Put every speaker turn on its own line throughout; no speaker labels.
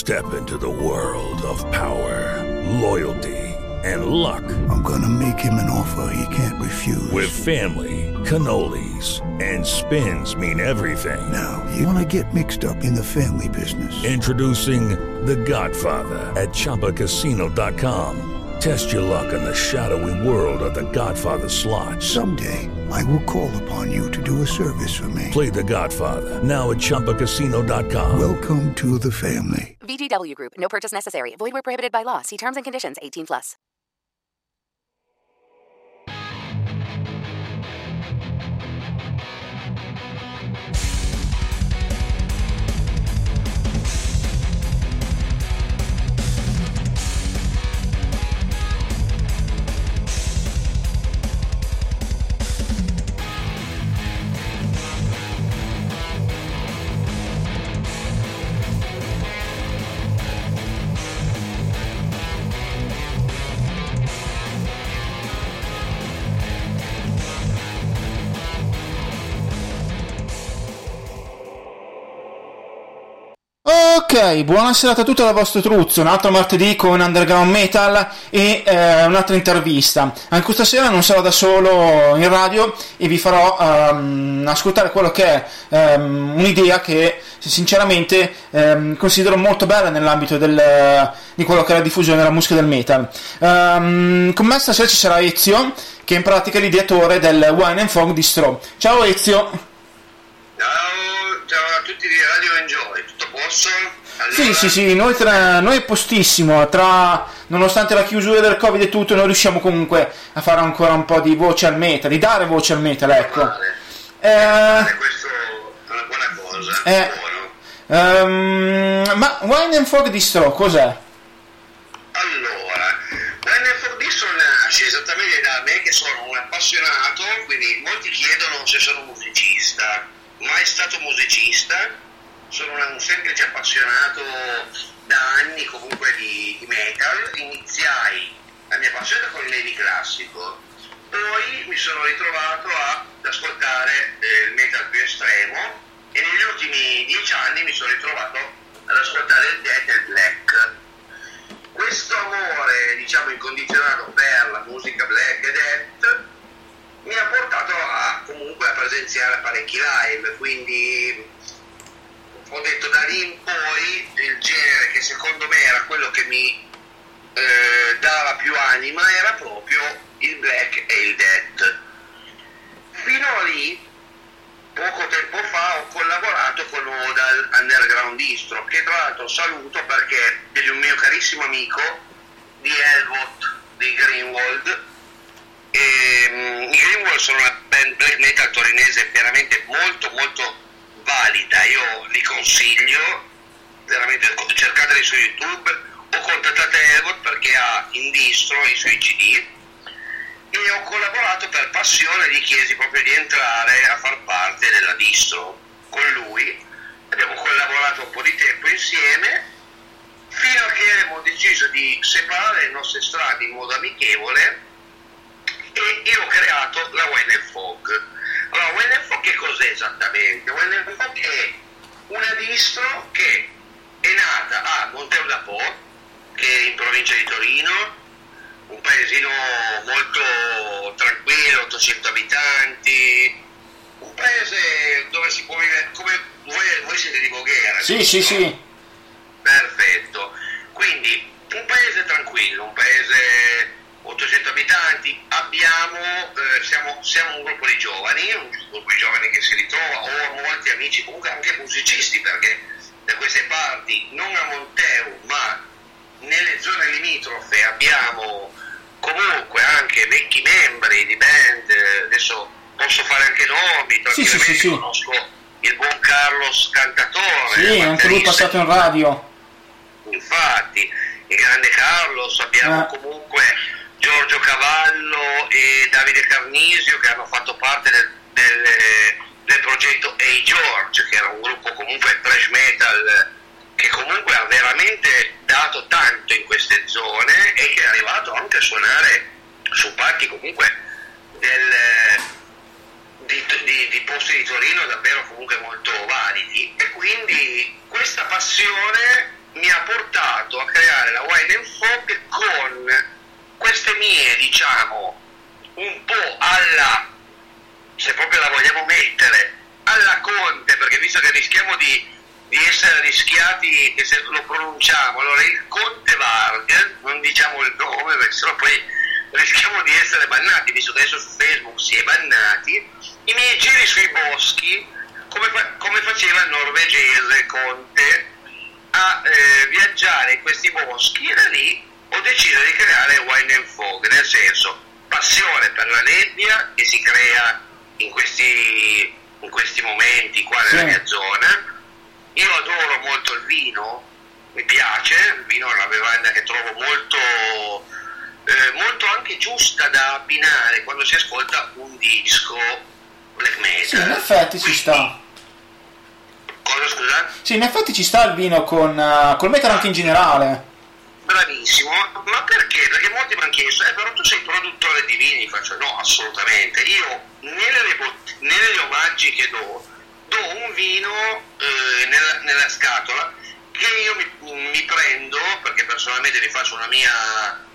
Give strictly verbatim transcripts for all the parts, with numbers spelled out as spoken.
Step into the world of power, loyalty, and luck.
I'm gonna make him an offer he can't refuse.
With family, cannolis, and spins mean everything.
Now, you wanna get mixed up in the family business.
Introducing The Godfather at Chumba Casino dot com. Test your luck in the shadowy world of The Godfather slot.
Someday, I will call upon you to do a service for me.
Play The Godfather, now at Chumba Casino dot com.
Welcome to the family.
V G W Group. No purchase necessary. Void where prohibited by law. See terms and conditions. eighteen plus.
Ok, buonasera a tutti dal vostro Truzzo, un altro martedì con Underground Metal e eh, un'altra intervista. Anche questa sera non sarò da solo in radio e vi farò um, ascoltare quello che è um, un'idea che sinceramente um, considero molto bella nell'ambito del, di quello che è la diffusione della musica del metal. Um, con me stasera ci sarà Ezio, che è in pratica l'ideatore del Wine and Fog Distro. Ciao Ezio!
Ciao, ciao a tutti di Radio Enjoy, tutto a posto? Allora...
Sì, sì, sì, noi, tra, noi è postissimo, tra, nonostante la chiusura del Covid e tutto, noi riusciamo comunque a fare ancora un po' di voce al metal, di dare voce al metal, ecco.
Eh, questo è una buona cosa,
eh,
buono.
Um, ma Wine and Fog Distro, cos'è?
Allora, Wine and Fog Distro nasce esattamente da me che sono un appassionato, quindi molti chiedono se sono musicista, mai stato musicista. Sono un semplice appassionato da anni comunque di, di metal. Iniziai la mia passione con il heavy classico, poi mi sono ritrovato a, ad ascoltare eh, il metal più estremo e negli ultimi dieci anni mi sono ritrovato ad ascoltare il death e il black. Questo amore, diciamo, incondizionato per la musica black e death mi ha portato a comunque a presenziare parecchi live, quindi ho detto da lì in poi il genere che secondo me era quello che mi eh, dava più anima era proprio il black e il death. Fino a lì, poco tempo fa, ho collaborato con Odal Underground Distro, che tra l'altro saluto perché è un mio carissimo amico di Elbot, di Greenwald. E, um, i Greenwald sono una band black metal torinese veramente molto molto valida, io li consiglio veramente, cercateli su YouTube o contattate Elbot perché ha in distro i suoi C D e ho collaborato per passione, gli chiesi proprio di entrare a far parte della distro con lui, abbiamo collaborato un po' di tempo insieme fino a che abbiamo deciso di separare le nostre strade in modo amichevole e io ho creato la Wine and Fog. Allora, Wine and Fog che cos'è esattamente? Wine and Fog è una distro che è nata a Monteo da Po, che è in provincia di Torino, un paesino molto tranquillo, ottocento abitanti, un paese dove si può vivere, come voi, voi siete di Voghera.
Sì,
giusto?
sì, sì.
Perfetto. Quindi, un paese tranquillo, un paese... ottocento abitanti, abbiamo, eh, siamo, siamo un gruppo di giovani, un gruppo di giovani che si ritrova, ho molti amici, comunque anche musicisti, perché da queste parti, non a Monteu, ma nelle zone limitrofe abbiamo comunque anche vecchi membri di band, adesso posso fare anche nomi, tranquillamente,
sì, sì, sì,
conosco il buon Carlos Cantatore.
Sì, anche lui è passato in radio.
Infatti, il grande Carlos, abbiamo
eh.
comunque Giorgio Cavallo e Davide Carnisio che hanno fatto parte del, del, del progetto Hey George, che era un gruppo comunque thrash metal che comunque ha veramente dato tanto in queste zone e che è arrivato anche a suonare su palchi comunque del, di, di, di posti di Torino davvero comunque molto validi, e quindi questa passione mi ha portato che se lo pronunciamo, allora il Conte Vargas, non diciamo il nome perché sennò poi rischiamo di essere bannati, visto che adesso su Facebook si è bannati, i miei giri sui boschi, come, fa- come faceva il norvegese Conte, a eh, viaggiare in questi boschi, e da lì ho deciso di creare Wine and Fog, nel senso passione per la nebbia che si crea in questi, in questi momenti qua nella sì. mia zona. Io adoro molto il vino, mi piace, il vino è una bevanda che trovo molto, eh, molto anche giusta da abbinare quando si ascolta un disco black metal.
Sì, in effetti ci sta.
Cosa, scusa?
Sì, in effetti ci sta il vino con uh, col metal anche in generale.
Bravissimo, ma perché? Perché molti mi hanno chiesto, eh, però tu sei produttore di vini, faccio no, assolutamente. Io nelle, bot- nelle omaggi che do, do un vino eh, nella, nella scatola che io mi, mi prendo, perché personalmente mi faccio una mia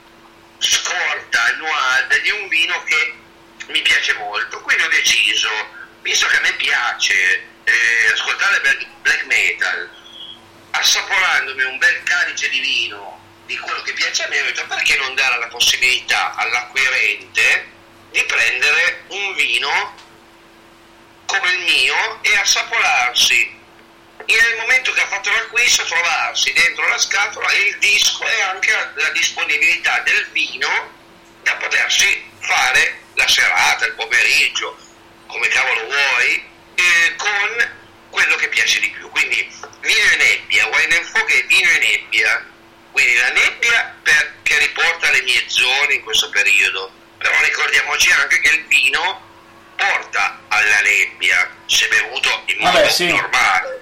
scorta annuale di un vino che mi piace molto, quindi ho deciso, visto che a me piace eh, ascoltare black metal, assaporandomi un bel calice di vino di quello che piace a me, ho detto perché non dare la possibilità all'acquirente di prendere un vino come il mio e assaporarsi, e nel momento che ha fatto l'acquisto trovarsi dentro la scatola il disco e anche la, la disponibilità del vino da potersi fare la serata, il pomeriggio, come cavolo vuoi, eh, con quello che piace di più. Quindi vino e nebbia, Wine and Fog è vino e nebbia, quindi la nebbia per, che riporta le mie zone in questo periodo, però ricordiamoci anche che il vino porta alla nebbia se bevuto in modo
Vabbè, sì.
normale.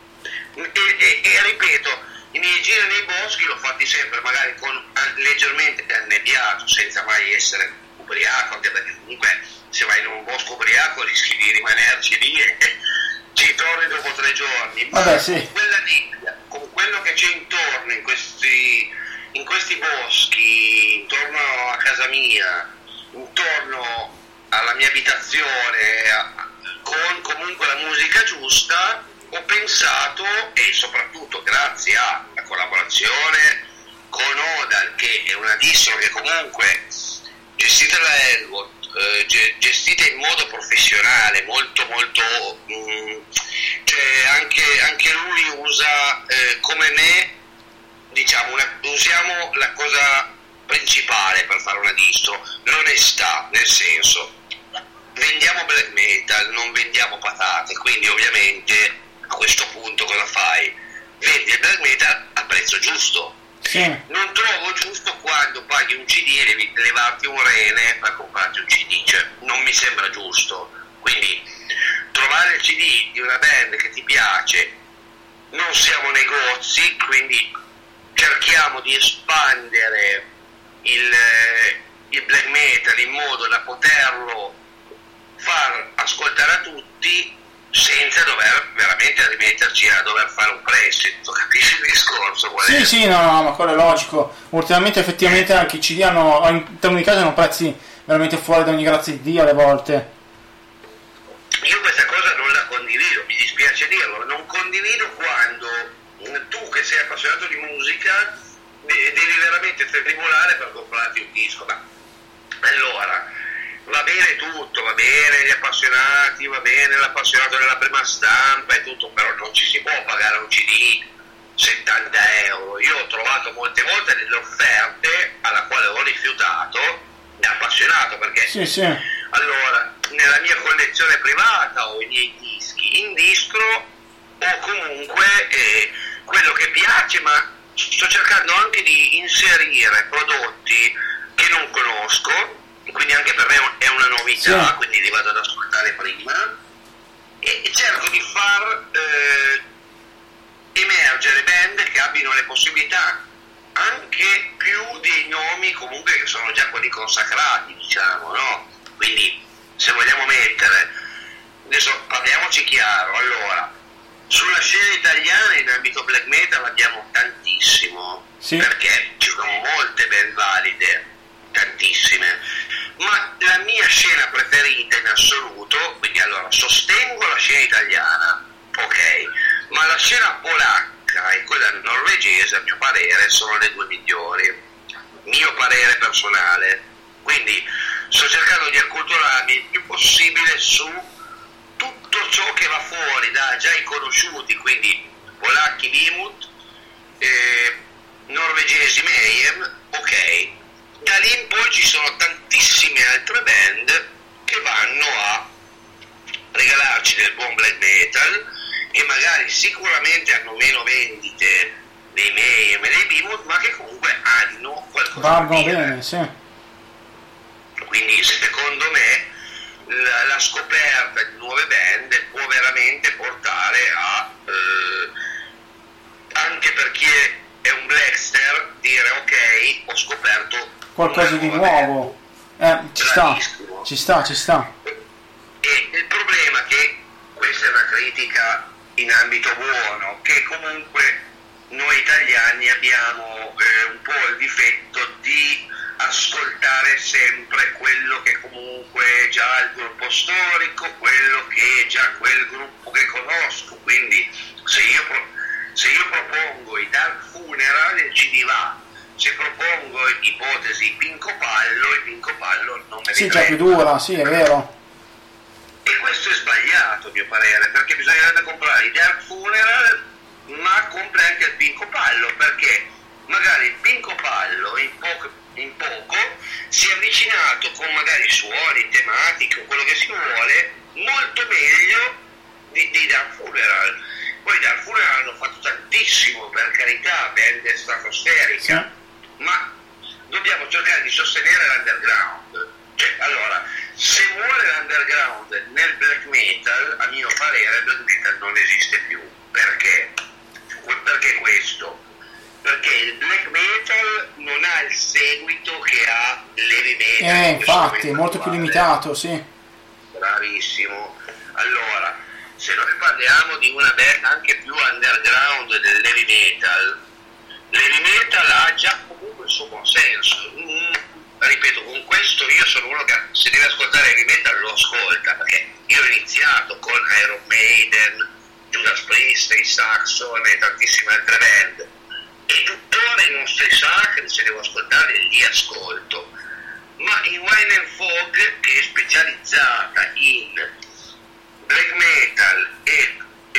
E, e, e ripeto, i miei giri nei boschi l'ho fatti sempre magari con leggermente annebbiato, senza mai essere ubriaco, anche perché comunque se vai in un bosco ubriaco rischi di rimanerci lì e ci torni dopo tre giorni. Ma
Vabbè, sì.
con quella nebbia, con quello che c'è intorno in questi, in questi boschi, intorno a casa mia, intorno alla mia abitazione, con comunque la musica giusta, ho pensato, e soprattutto grazie alla collaborazione con Odal, che è una distro che comunque gestita da Elwood, eh, gestita in modo professionale, molto molto mh, cioè anche, anche lui usa eh, come me, diciamo una, usiamo la cosa principale per fare una distro, l'onestà, nel senso vendiamo black metal, non vendiamo patate, quindi ovviamente a questo punto cosa fai? Vendi il black metal a prezzo giusto.
Sì.
Non trovo giusto quando paghi un C D e devi levarti un rene per comprarti un C D, cioè non mi sembra giusto. Quindi trovare il C D di una band che ti piace, non siamo negozi, quindi cerchiamo di espandere il, il black metal in modo da poterlo far ascoltare a tutti senza dover veramente rimetterci a dover fare un prestito, capisci il discorso? Qual
Sì,
è?
sì, no, no, ma quello è logico. Ultimamente effettivamente anche i C D hanno, in termini di casa, hanno prezzi veramente fuori da ogni grazia di Dio alle volte.
Io questa cosa non la condivido, mi dispiace dirlo, non condivido quando tu che sei appassionato di musica devi veramente tribolare per comprarti un disco. Ma allora va bene tutto, va bene gli appassionati, va bene l'appassionato della prima stampa e tutto, però non ci si può pagare un C D settanta euro. Io ho trovato molte volte delle offerte alla quale ho rifiutato da appassionato, perché
Sì, sì.
allora nella mia collezione privata ho i miei dischi in distro o comunque eh, quello che piace, ma sto cercando anche di inserire prodotti che non conosco, quindi anche per me è una novità,
sì.
Quindi li vado ad ascoltare prima e cerco di far eh, emergere band che abbiano le possibilità anche più dei nomi comunque che sono già quelli consacrati, diciamo, no? Quindi se vogliamo mettere, adesso parliamoci chiaro, allora sulla scena italiana in ambito black metal abbiamo tantissimo,
sì.
Perché ci sono molte band valide, tantissime, ma la mia scena preferita in assoluto, quindi allora sostengo la scena italiana, ok, ma la scena polacca e quella norvegese, a mio parere, sono le due migliori, mio parere personale. Quindi sto cercando di acculturarmi il più possibile su tutto ciò che va fuori da già i conosciuti, quindi polacchi Vimut, eh, norvegesi Mayhem, ok. Da lì in poi ci sono tantissime altre band che vanno a regalarci del buon black metal, e magari sicuramente hanno meno vendite dei Mayhem e dei Vimut, ma che comunque hanno qualcosa
Valgono
da dire.
bene, sì.
Quindi secondo me la, la scoperta di nuove band può veramente portare a eh, anche per chi è un blackster dire ok, ho scoperto
Qualcosa di nuovo. Eh, ci sta, ci sta, ci sta.
E il problema è che questa è una critica in ambito buono, che comunque noi italiani abbiamo eh, un po' il difetto di ascoltare sempre quello che comunque è già il gruppo storico, quello che è già quel gruppo che conosco. Quindi se io, se io propongo i Dark Funeral ci di va, se propongo ipotesi Pinco Pallo, il Pinco Pallo non me ne
Sì,
frega.
già più dura, sì, è vero.
E questo è sbagliato a mio parere, perché bisognerebbe comprare i Dark Funeral, ma compri anche il Pinco Pallo, perché magari il Pinco Pallo in poco, in poco si è avvicinato con magari suoni, tematiche o quello che si vuole, molto meglio di, di Dark Funeral. Poi i Dark Funeral hanno fatto tantissimo, per carità, band stratosferica, sì, ma dobbiamo cercare di sostenere l'underground. Cioè, allora, se muore l'underground nel black metal, a mio parere il black metal non esiste più. Perché? Perché questo? Perché il black metal non ha il seguito che ha l'heavy metal.
Eh, infatti, è molto più limitato, sì.
Bravissimo. Allora, se noi parliamo di una band anche più underground dell'heavy metal, l'heavy metal ha già comunque il suo buon senso. Mm, ripeto, con questo io sono uno che se deve ascoltare heavy metal lo ascolta, perché io ho iniziato con Iron Maiden, Judas Priest, i Saxon e tantissime altre band, e tuttora i nostri sacri, se devo ascoltarli li ascolto. Ma in Wine and Fog, che è specializzata in black metal e,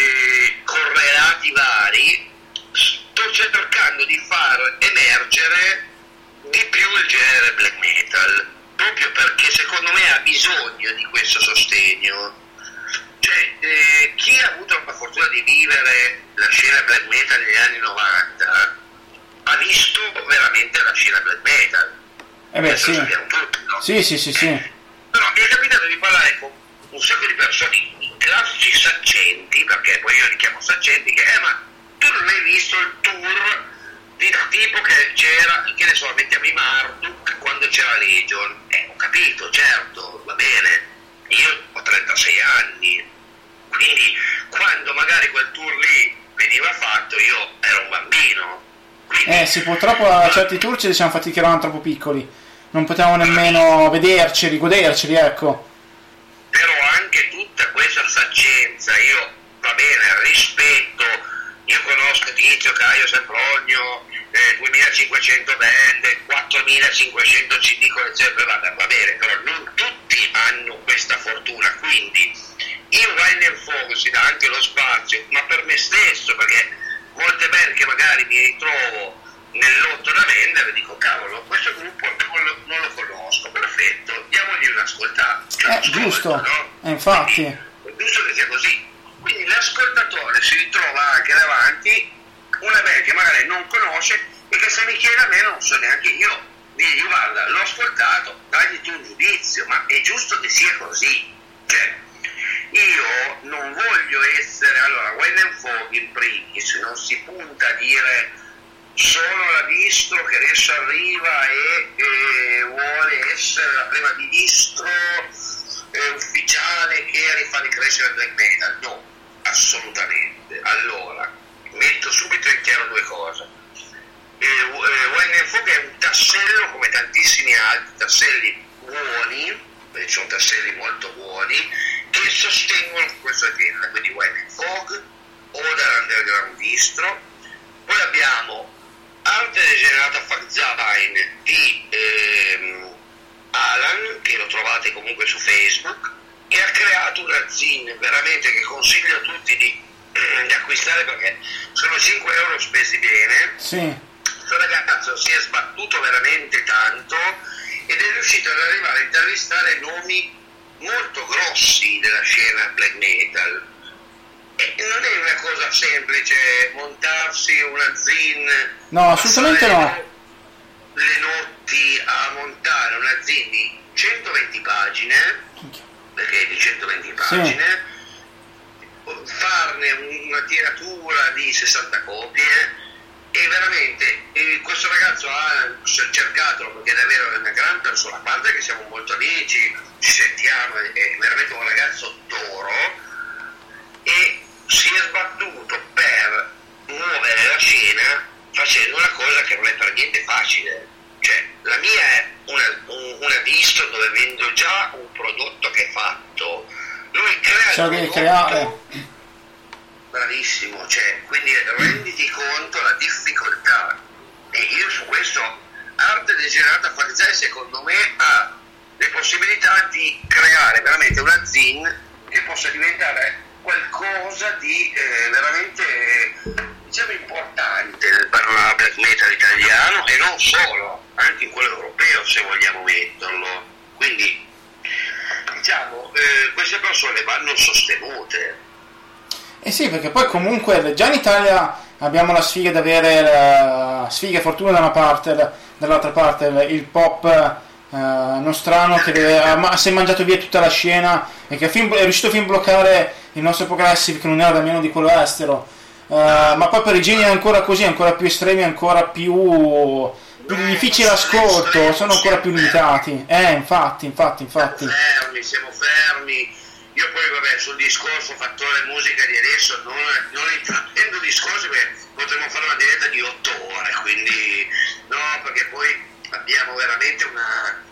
e correlati vari, sto cercando di far emergere di più il genere black metal, proprio perché secondo me ha bisogno di questo sostegno. Cioè, eh, chi ha avuto la fortuna di vivere la scena black metal negli anni novanta ha visto veramente la scena black metal.
Eh beh, sì.
Tutti, no?
Sì, sì, sì, sì.
Però mi è capitato di parlare con un sacco di persone, i classici saccenti, perché poi io li chiamo saccenti, che eh ma tu non hai visto il tour di tipo che c'era, che ne so, mettiamo i Marduk quando c'era Legion. Eh, ho capito, certo, va bene, io ho trentasei anni, quindi quando magari quel tour lì veniva fatto io ero un bambino. Quindi,
Eh sì, purtroppo a certi tour ce li siamo fatti che erano troppo piccoli, non potevamo nemmeno vederceli, goderceli, ecco.
Però anche tutta questa saccenza, io, va bene, rispetto, io conosco Tizio, Caio, Sempronio, eh, duemilacinquecento band, quattromilacinquecento C D collezione, va bene, però non tutti hanno questa fortuna, quindi in Wine and Fog si dà anche lo spazio, ma per me stesso, perché molte band che magari mi ritrovo nel lotto da vendere, dico cavolo, questo gruppo non lo, non lo conosco, perfetto, diamogli un'ascoltata. Cioè,
Eh, giusto,
no?
eh, infatti.
Quindi, è giusto che sia così. Quindi l'ascoltatore si ritrova anche davanti una band che magari non conosce e che se mi chiede a me non so neanche io, digli guarda, l'ho ascoltato, dagli tu un giudizio, ma è giusto che sia così. Cioè, io non voglio essere, allora, Wine and Fog in primis non si punta a dire sono la distro che adesso arriva e, e vuole essere la prima di distro eh, ufficiale che rifà ricrescere il black metal, no, assolutamente. Allora, metto subito in chiaro due cose. eh, eh, Wine and Fog è un tassello come tantissimi altri tasselli buoni, perché ci sono tasselli molto buoni che sostengono questa azienda, quindi Wine and Fog o dall'underground distro. Poi abbiamo Arte Degenerata Fuckzine di ehm, Alan, che lo trovate comunque su Facebook, che ha creato una zine veramente che consiglio a tutti di, di acquistare, perché sono cinque euro spesi bene.
Sì.
Questo ragazzo si è sbattuto veramente tanto ed è riuscito ad arrivare a intervistare nomi molto grossi della scena black metal. E non è una cosa semplice montarsi una zine,
no, assolutamente no,
le notti a montare una zine di centoventi pagine, perché è di centoventi pagine, sì. Farne una tiratura di sessanta copie. E veramente eh, questo ragazzo ha cercato, perché davvero è una gran persona, a parte che siamo molto amici, ci sentiamo, è, è veramente un ragazzo d'oro, e si è sbattuto per muovere la scena facendo una cosa che non è per niente facile. Cioè, la mia è una, un, una distro dove vendo già un prodotto che è fatto, lui crea
cioè,
il prodotto,
creare.
Bravissimo, cioè, quindi renditi conto la difficoltà. E io su questo Arte Degenerata Fuckzine secondo me ha le possibilità di creare veramente una zine che possa diventare qualcosa di eh, veramente diciamo importante nel panorama black metal italiano, e non solo, anche in quello europeo se vogliamo metterlo. Quindi diciamo eh, queste persone vanno sostenute.
Eh sì, perché poi comunque già in Italia abbiamo la sfiga di avere la sfiga e fortuna da una parte, dall'altra parte il pop eh, nostrano che deve, ha, si è mangiato via tutta la scena e che è riuscito a fin bloccare il nostro progressive, che non era da meno di quello estero. Uh, ma poi per i generi ancora così, ancora più estremi, ancora più, più difficili l'ascolto, sono ancora più limitati. Eh, infatti, infatti, infatti.
Siamo fermi, siamo fermi. Io poi vabbè sul discorso fattore musica di adesso non, non intraprendo discorsi, perché potremmo fare una diretta di otto ore, quindi no, perché poi abbiamo veramente una,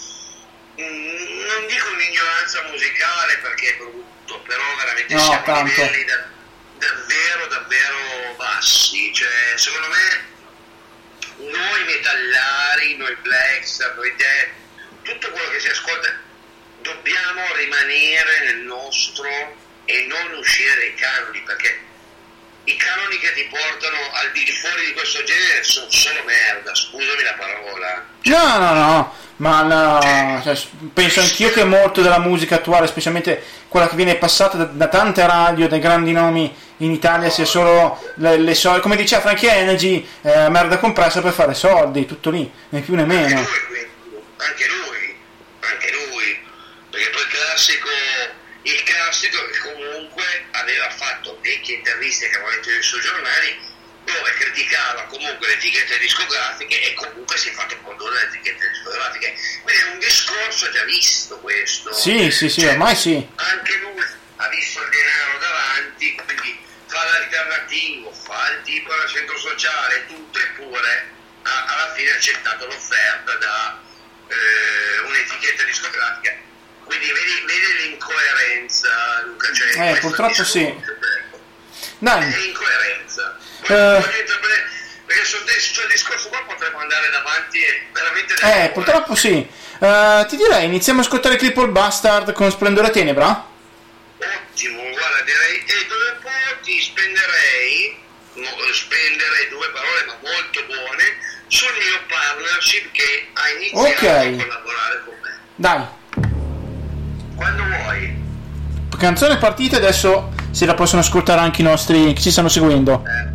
non dico un'ignoranza musicale perché è brutto, però veramente
no,
siamo
tanto.
a livelli da, davvero davvero bassi. Cioè secondo me noi metallari, noi blackstar, noi death, tutto quello che si ascolta dobbiamo rimanere nel nostro e non uscire dai canoni, perché i canoni che ti portano al di fuori di questo genere sono solo merda, scusami la parola.
No, no, no, ma no, cioè, penso anch'io che molto della musica attuale, specialmente quella che viene passata da, da tante radio, dai grandi nomi in Italia, sia solo le, le soldi, come diceva Frankie Energy, eh, merda compressa per fare soldi, tutto lì, né più né meno.
Anche lui, anche lui, anche lui. Perché poi il classico, il classico che comunque aveva fatto vecchie interviste che avevo letto sui giornali, dove criticava comunque le etichette discografiche e comunque si è fatto condurre le etichette discografiche. Quindi è un discorso già visto questo.
Sì, sì, sì,
cioè,
ormai sì.
Anche lui ha visto il denaro davanti, quindi fa l'alternativo, fa il tipo al centro sociale, tutto, eppure ha alla fine accettato l'offerta da eh, un'etichetta discografica. Quindi vedi, vedi l'incoerenza, Luca, cioè
eh, purtroppo sì. Dai.
È incoerenza.
Eh.
Perché sul, sul discorso qua potremmo andare davanti veramente da
Eh, purtroppo sì. Uh, ti direi, iniziamo a ascoltare Cripple Bastard con Splendore Tenebra?
Ottimo, guarda, direi, e dopo ti spenderei, no, spenderei due parole ma molto buone, sul mio partnership che ha iniziato
okay.
a collaborare con me.
Dai.
Quando vuoi.
Canzone partita, adesso se la possono ascoltare anche i nostri che ci stanno seguendo.
Eh.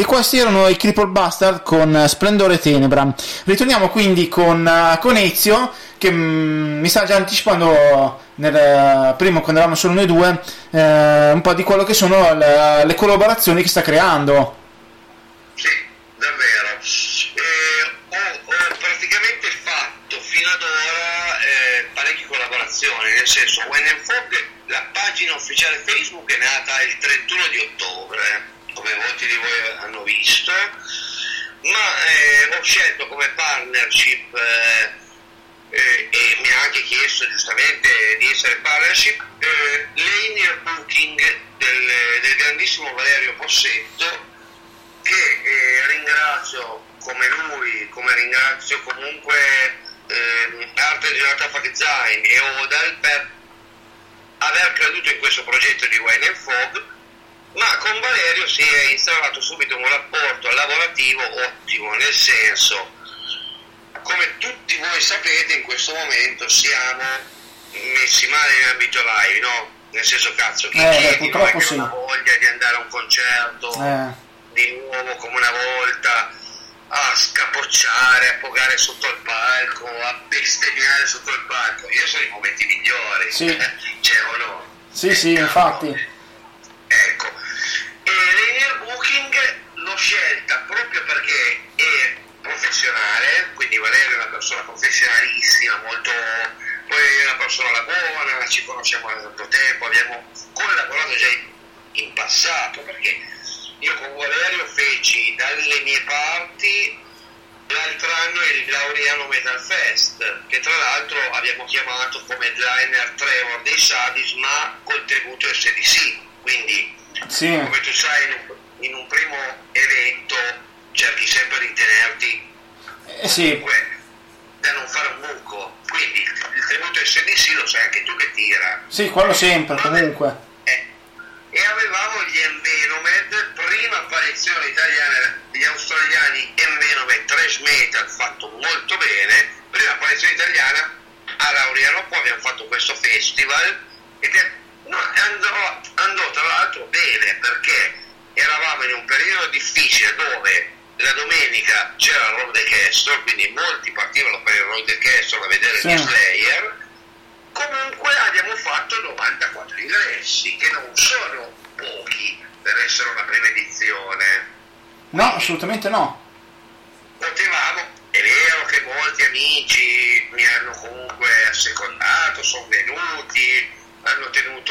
questi erano i Cripple Bastard con Splendore e Tenebra. Ritorniamo quindi con, uh, con Ezio, che mh, mi sta già anticipando nel uh, primo, quando eravamo solo noi due, uh, un po' di quello che sono le, le collaborazioni che sta creando.
Sì, davvero. Eh, ho, ho praticamente fatto fino ad ora eh, parecchie collaborazioni, nel senso, Wine and Fog, la pagina ufficiale Facebook è nata il trentuno di ottobre, come molti di voi hanno visto, ma eh, ho scelto come partnership eh, eh, e mi ha anche chiesto giustamente di essere partnership eh, l'Einir Booking del, del grandissimo Valerio Possetto, che eh, ringrazio come lui, come ringrazio comunque eh, Arte Giornata Fagzain e Odal per aver creduto in questo progetto di Wine and Fog, ma con Valerio si è instaurato subito un rapporto lavorativo ottimo, nel senso, come tutti voi sapete, in questo momento siamo messi male in ambito live, no? Nel senso, cazzo, chi
eh,
chiedi non è che
sì.
non ha voglia di andare a un concerto eh. di nuovo come una volta, a scapocciare, a pogare sotto il palco, a bestemmiare sotto il palco. Io sono i momenti migliori,
sì.
Cioè o no?
Sì, sì, infatti.
Ecco, e l'Einir Booking l'ho scelta proprio perché è professionale, quindi Valerio è una persona professionalissima, molto, poi è una persona buona, ci conosciamo da tanto tempo, abbiamo collaborato già in, in passato, perché io con Valerio feci dalle mie parti l'altro anno il Laureano Metal Fest, che tra l'altro abbiamo chiamato come headliner Trevor dei Sadis, ma col tributo S D C, quindi sì. Come tu sai, in un, in un primo evento cerchi sempre di tenerti
eh, sì.
comunque da non fare un buco, quindi il tributo S D C lo sai anche tu che tira.
Sì, quello sempre, ma comunque.
E avevamo gli Envenomed, prima apparizione italiana, gli australiani Envenomed Thrash Metal, fatto molto bene, prima apparizione italiana a Laureano, poi abbiamo fatto questo festival ed è, no, andò, andò tra l'altro bene, perché eravamo in un periodo difficile dove la domenica c'era il Roll the Castle, quindi molti partivano per il Roll the Castle a vedere sì. gli Slayer. Comunque abbiamo fatto novantaquattro ingressi, che non sono pochi per essere una prima edizione.
No, assolutamente no.
Potevamo, è vero che molti amici mi hanno comunque assecondato, sono venuti, hanno tenuto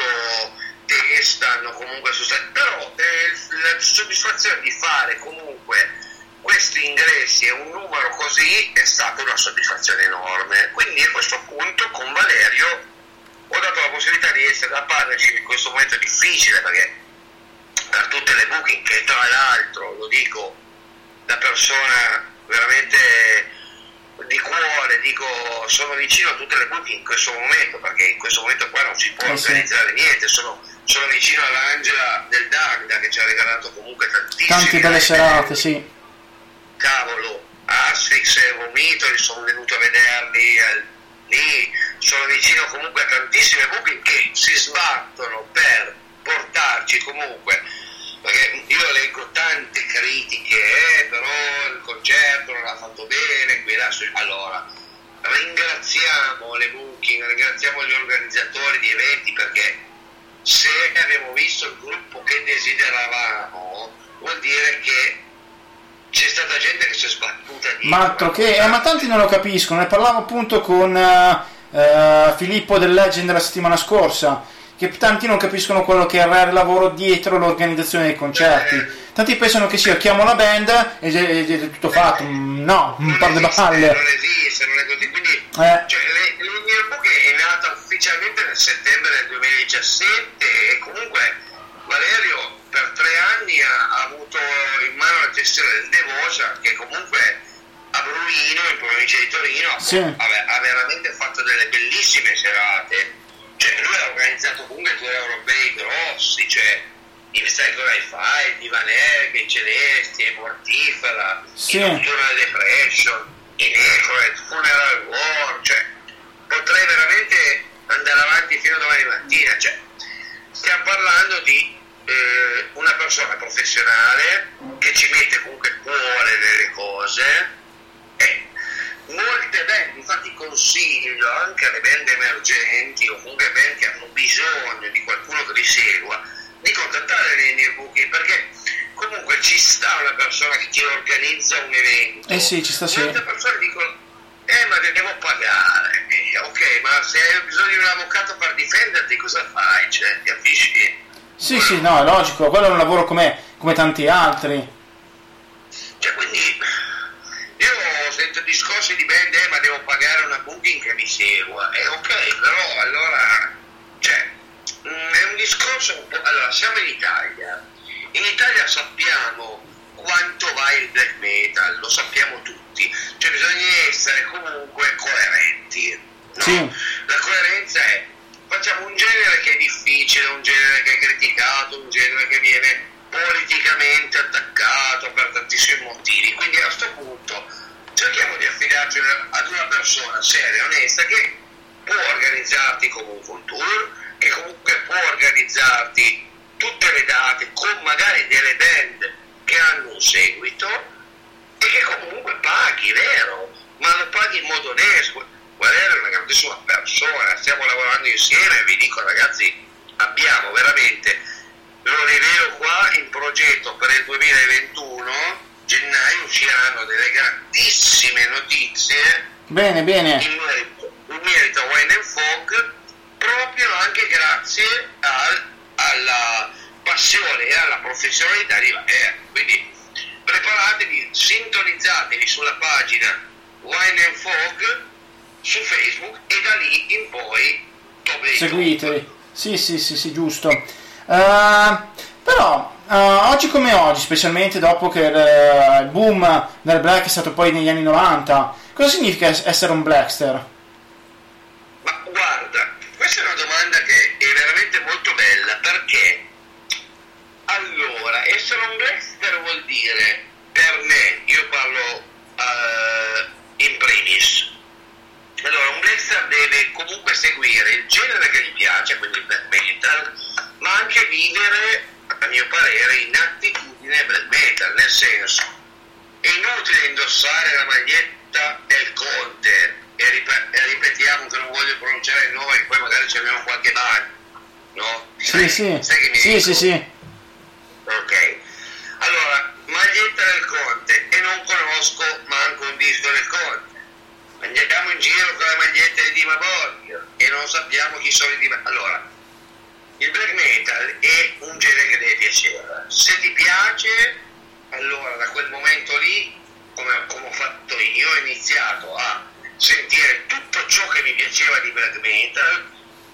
testa, hanno comunque sostenuto, però eh, la soddisfazione di fare comunque questi ingressi e un numero così è stata una soddisfazione enorme. Quindi a questo punto con Valerio ho dato la possibilità di essere da partnership in questo momento difficile, perché per tutte le booking, che tra l'altro lo dico da persona veramente di cuore, dico sono vicino a tutte le booking in questo momento, perché in questo momento qua non si può
eh sì.
organizzare niente, sono, sono vicino all'Angela del Dagda che ci ha regalato comunque tantissime
tante belle serate, sì.
Cavolo, Asphyx e Vomitoli, sono venuto a vederli eh, lì, sono vicino comunque a tantissime booking che si sbattono per portarci comunque, perché io leggo tante critiche, eh, però il concerto non l'ha fatto bene, qui là, allora ringraziamo le booking, ringraziamo gli organizzatori di eventi, perché se abbiamo visto il gruppo che desideravamo vuol dire che c'è stata gente che si è sbattuta dietro.
Ma altro che, eh, ma tanti non lo capiscono. Ne parlavo appunto con uh, uh, Filippo del Legend la settimana scorsa, che tanti non capiscono quello che è il reale lavoro dietro l'organizzazione dei concerti. Eh. Tanti pensano che sì, io chiamo la band e è tutto fatto. No, un par di balle.
Non esiste, non è così. Quindi
eh.
cioè, l'Einir Book è nata ufficialmente nel settembre del duemiladiciassette e comunque Valerio per tre anni ha, ha avuto in mano la gestione del Devotion, che comunque a Bruino, in provincia di Torino,
sì.
ha, ha veramente fatto delle bellissime serate. Cioè lui ha organizzato comunque due europei grossi, cioè i Psycho Hi-Fi, i Van Egg, i Celesti, i Mortifera,
sì.
i Nocturnal Depression, i Necroid, Funeral War, cioè potrei veramente andare avanti fino a domani mattina. Cioè stiamo parlando di Eh, una persona professionale che ci mette comunque cuore nelle cose, e molte band, infatti consiglio anche alle band emergenti o comunque band che hanno bisogno di qualcuno che li segua, di contattare l'Enir Booking, perché comunque ci sta una persona che ti organizza un evento.
Eh sì, ci sta, sì.
Molte persone dicono, eh ma devo pagare, eh, ok, ma se hai bisogno di un avvocato per difenderti cosa fai? Cioè, capisci?
Sì, quello... sì, no, è logico, quello è un lavoro come, come tanti altri.
Cioè, quindi io sento discorsi di band, eh, ma devo pagare una booking che mi segua. Eh, ok, però allora, cioè, mh, è un discorso un po'. Allora, siamo in Italia. In Italia sappiamo quanto va il black metal, lo sappiamo tutti. Cioè, bisogna essere comunque coerenti, no?
Sì.
La coerenza è: facciamo un genere che è difficile, un genere che è criticato, un genere che viene politicamente attaccato per tantissimi motivi, quindi a questo punto cerchiamo di affidarci ad una persona seria, onesta, che può organizzarti comunque un tour, che comunque può organizzarti tutte le date con magari delle band che hanno un seguito e che comunque paghi, vero? Ma lo paghi in modo onesto. Valerio è una grandissima persona, stiamo lavorando insieme e vi dico, ragazzi, abbiamo veramente, lo rivelo qua, in progetto per il duemilaventuno, gennaio usciranno delle grandissime notizie.
Bene, bene.
In merito, in merito a Wine and Folk, proprio anche grazie al, alla passione e alla professionalità di Valerio. Quindi preparatevi, sintonizzatevi sulla pagina Wine and Folk su Facebook e da lì in poi
seguiteli. Sì, sì, sì, sì, giusto. Uh, però uh, oggi come oggi, specialmente dopo che il, il boom del black è stato poi negli anni novanta, cosa significa essere un blackster?
Ma guarda, questa è una domanda che è veramente molto bella, perché allora, essere un blackster vuol dire, per me, io parlo uh, in primis, allora un blackster deve comunque seguire il genere che gli piace, quindi il black metal, ma anche vivere, a mio parere, in attitudine black metal, nel senso, è inutile indossare la maglietta del Conte e, rip- e ripetiamo che non voglio pronunciare il nome, che poi magari ci abbiamo qualche bagno, no?
Sì,
sai,
sì,
sai che mi
sì,
dico?
sì, sì.
Ok, allora, maglietta del Conte e non conosco manco un disco del Conte. Andiamo in giro con le magliette di Dima Borgir e non sappiamo chi sono i Dima. Allora, il black metal è un genere che deve piacere. Se ti piace, allora da quel momento lì, come, come ho fatto io, ho iniziato a sentire tutto ciò che mi piaceva di black metal.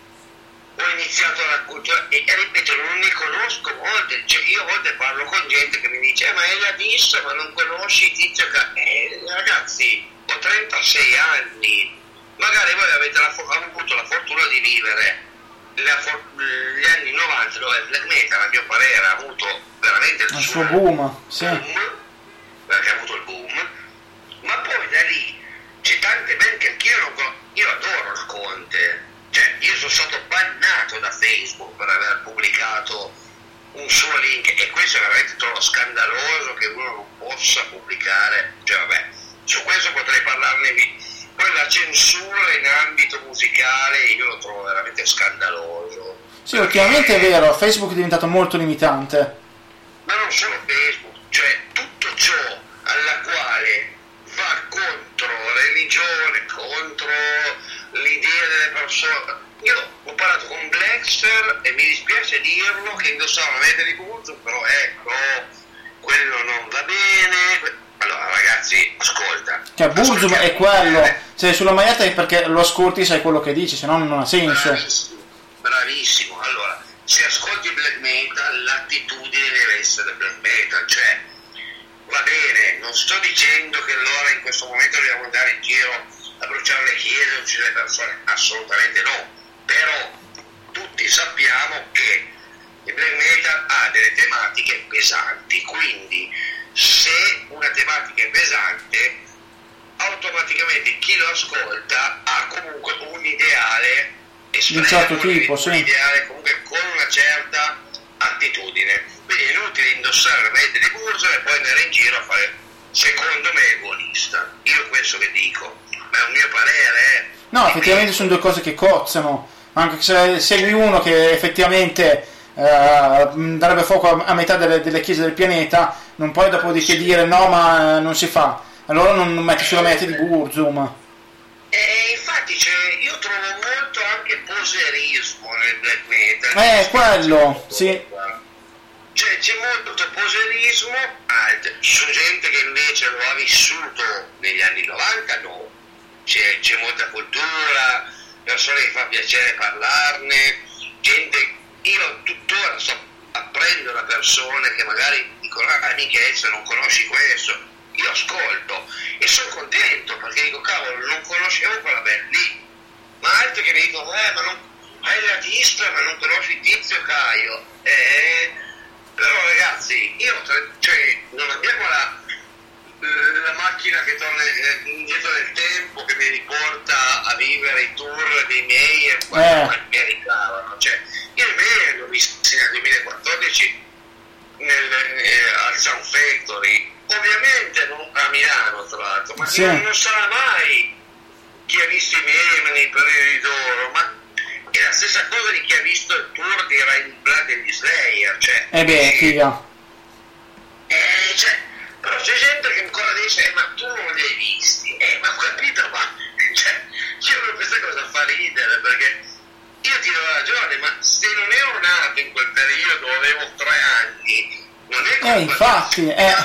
Ho iniziato la cultura e, e ripeto, non ne conosco molte, cioè io a volte parlo con gente che mi dice eh, ma hai la vista, ma non conosci tizio che... Eh, ragazzi, ho trentasei anni, magari voi avete la, avuto la fortuna di vivere la for- gli anni novanta, dove il black metal a mio parere ha avuto veramente il,
il
suo
suo boom, sì.
boom, perché ha avuto il boom, ma poi da lì c'è tante band che anch'io non conosco. Io adoro il Conte, cioè io sono stato bannato da Facebook per aver pubblicato un suo link e questo è veramente trovo scandaloso che uno non possa pubblicare, cioè vabbè, su questo potrei parlarne. Poi la censura in ambito musicale io lo trovo veramente scandaloso.
Sì, ultimamente è vero, Facebook è diventato molto limitante.
Ma non solo Facebook, cioè tutto ciò alla quale va contro la religione, contro l'idea delle persone. Io ho parlato con Blackster e mi dispiace dirlo che indossava una media di Burzum, però ecco, quello non va bene. Allora ragazzi, ascolta.
Cioè Burzum è quello, cioè sulla maglietta è perché lo ascolti sai quello che dici, se no non ha senso.
Bravissimo, bravissimo. Allora, se ascolti black metal, l'attitudine deve essere black metal, cioè va bene, non sto dicendo che allora in questo momento dobbiamo andare in giro a bruciare le chiese e uccidere le persone, assolutamente no, però tutti sappiamo che il black metal ha delle tematiche pesanti, quindi se una tematica è pesante, automaticamente chi lo ascolta ha comunque un ideale
di un certo tipo,
un
sì.
ideale comunque con una certa attitudine. quindi è inutile indossare la maglietta di Burzum e poi andare in giro a fare, secondo me, egoista. Io questo che dico, ma è un mio parere, eh.
No, effettivamente sono due cose che cozzano, anche se segui uno che effettivamente eh, darebbe fuoco a metà delle, delle chiese del pianeta, non puoi dopodiché dire no, ma non si fa, allora non, non metti sulla maglietta di Burzum.
E infatti cioè, io trovo molto anche poserismo nel black metal.
Eh, quello, sì.
Cioè c'è molto poserismo, alt- ci sono gente che invece lo ha vissuto negli anni novanta, no. C'è, c'è molta cultura, persone che fa piacere parlarne, gente, io tuttora sto apprendo da persone che magari dicono ah, amichezza, non conosci questo, io ascolto e sono contento perché dico cavolo, non conoscevo quella band lì, ma altri che mi dicono eh ma non hai la lista ma non conosci Tizio Caio, eh, però ragazzi io cioè non abbiamo la la macchina che torna indietro nel tempo che mi riporta a vivere i tour dei miei e quando
eh.
mi meritavano, cioè io i miei li ho visti nel duemilaquattordici nel, eh, al Sound Factory, ovviamente non a Milano tra l'altro, ma
sì.
non, non sarà mai chi ha visto i miei nei periodi d'oro, ma è la stessa cosa di chi ha visto il tour di Ryan Blood e gli Slayer, cioè
eh beh, figa.
Eh, cioè, però c'è gente che ancora dice eh, ma tu non li hai visti, eh ma ho capito, ma cioè, io questa cosa fa ridere perché io ti do ragione, ma se non ero nato in quel periodo, avevo tre anni, non è colpa
eh infatti eh.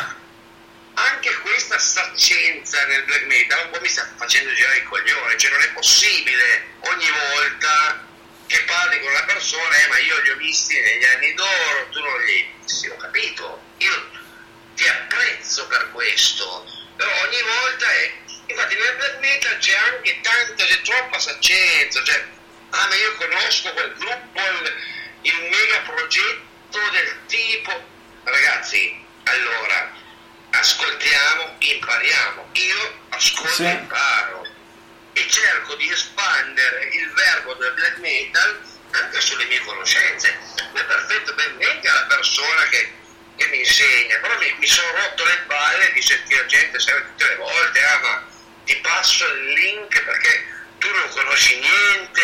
Anche questa saccenza nel black metal un po' mi sta facendo girare il coglione, cioè non è possibile ogni volta che parli con una persona eh ma io li ho visti negli anni d'oro, tu non li hai visti, ho capito, io ti apprezzo per questo, però ogni volta è, infatti nel black metal c'è anche tanta, c'è troppa saccenza, cioè ah ma io conosco quel gruppo, il, il mega progetto del tipo, ragazzi, allora ascoltiamo, impariamo, io ascolto
sì.
e imparo e cerco di espandere il verbo del black metal anche sulle mie conoscenze, è perfetto, ben venga la persona che che mi insegna, però mi, mi sono rotto le balle di sentire gente sempre tutte le volte, ah ma ti passo il link perché tu non conosci niente,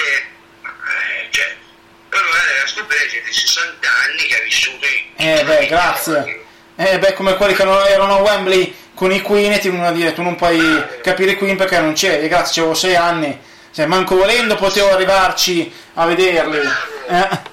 eh, cioè, poi magari la scoprire gente di sessanta anni che ha vissuto i...
Eh beh, grazie. Eh beh, come quelli che erano a Wembley con i Queen e ti vengono a dire tu non puoi ah, capire i Queen perché non c'eri, grazie, avevo sei anni, cioè manco volendo potevo arrivarci a vederli. Eh.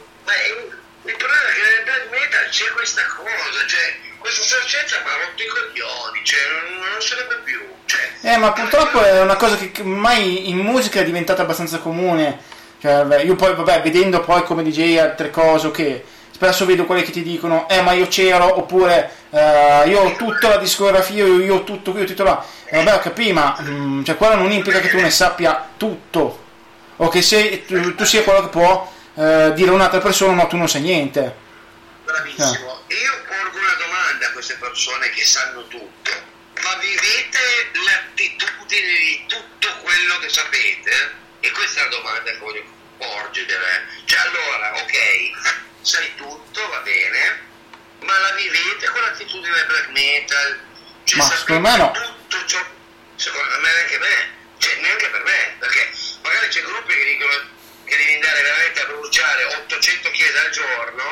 Il problema è che nel black metal c'è questa cosa, cioè questa sacenza mi ha rotto i coglioni, cioè non, non sarebbe più. Cioè,
eh ma purtroppo è una cosa che ormai in musica è diventata abbastanza comune, cioè vabbè, io poi vabbè vedendo poi come D J altre cose che spesso vedo quelli che ti dicono eh ma io c'ero, oppure eh, io ho tutta la discografia, io, io ho tutto qui, ho tutto là, e vabbè ho capito, ma mh, cioè quello non implica che tu ne sappia tutto o che sei, tu, tu sia quello che può Uh, dire a un'altra persona no tu non sai niente.
Bravissimo. E io porgo una domanda a queste persone che sanno tutto, ma vivete l'attitudine di tutto quello che sapete? E questa è la domanda che voglio porgere, cioè allora ok sai tutto, va bene, ma la vivete con l'attitudine del black metal? Cioè,
ma secondo me no,
tutto ciò, secondo me neanche me, cioè neanche per me, perché magari c'è gruppi che dicono che devi andare veramente a bruciare ottocento chiese al giorno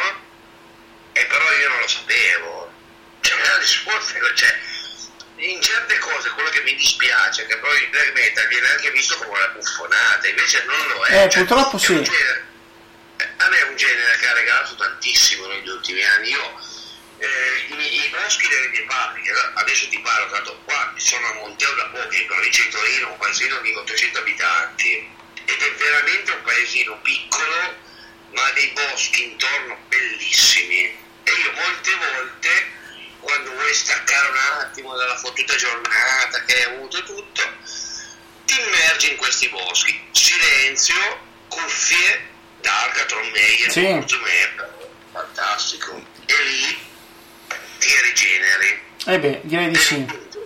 e però io non lo sapevo, cioè la risposta cioè, in certe cose quello che mi dispiace è che poi il black metal viene anche visto come una buffonata, invece non lo è,
eh, cioè, purtroppo è sì
genere, a me è un genere che ha regalato tantissimo negli ultimi anni. Io eh, i, i boschi delle mie parti, che adesso ti parlo, tanto qua sono a Monteo da Poco, in provincia di Torino, un paesino di ottocento abitanti, ed è veramente un paesino piccolo ma ha dei boschi intorno bellissimi, e io molte volte quando vuoi staccare un attimo dalla fottuta giornata che hai avuto tutto ti immergi in questi boschi, silenzio, cuffie, Dark, Trommeyer,
sì.
fantastico, e lì ti rigeneri.
Eh beh, direi di sì.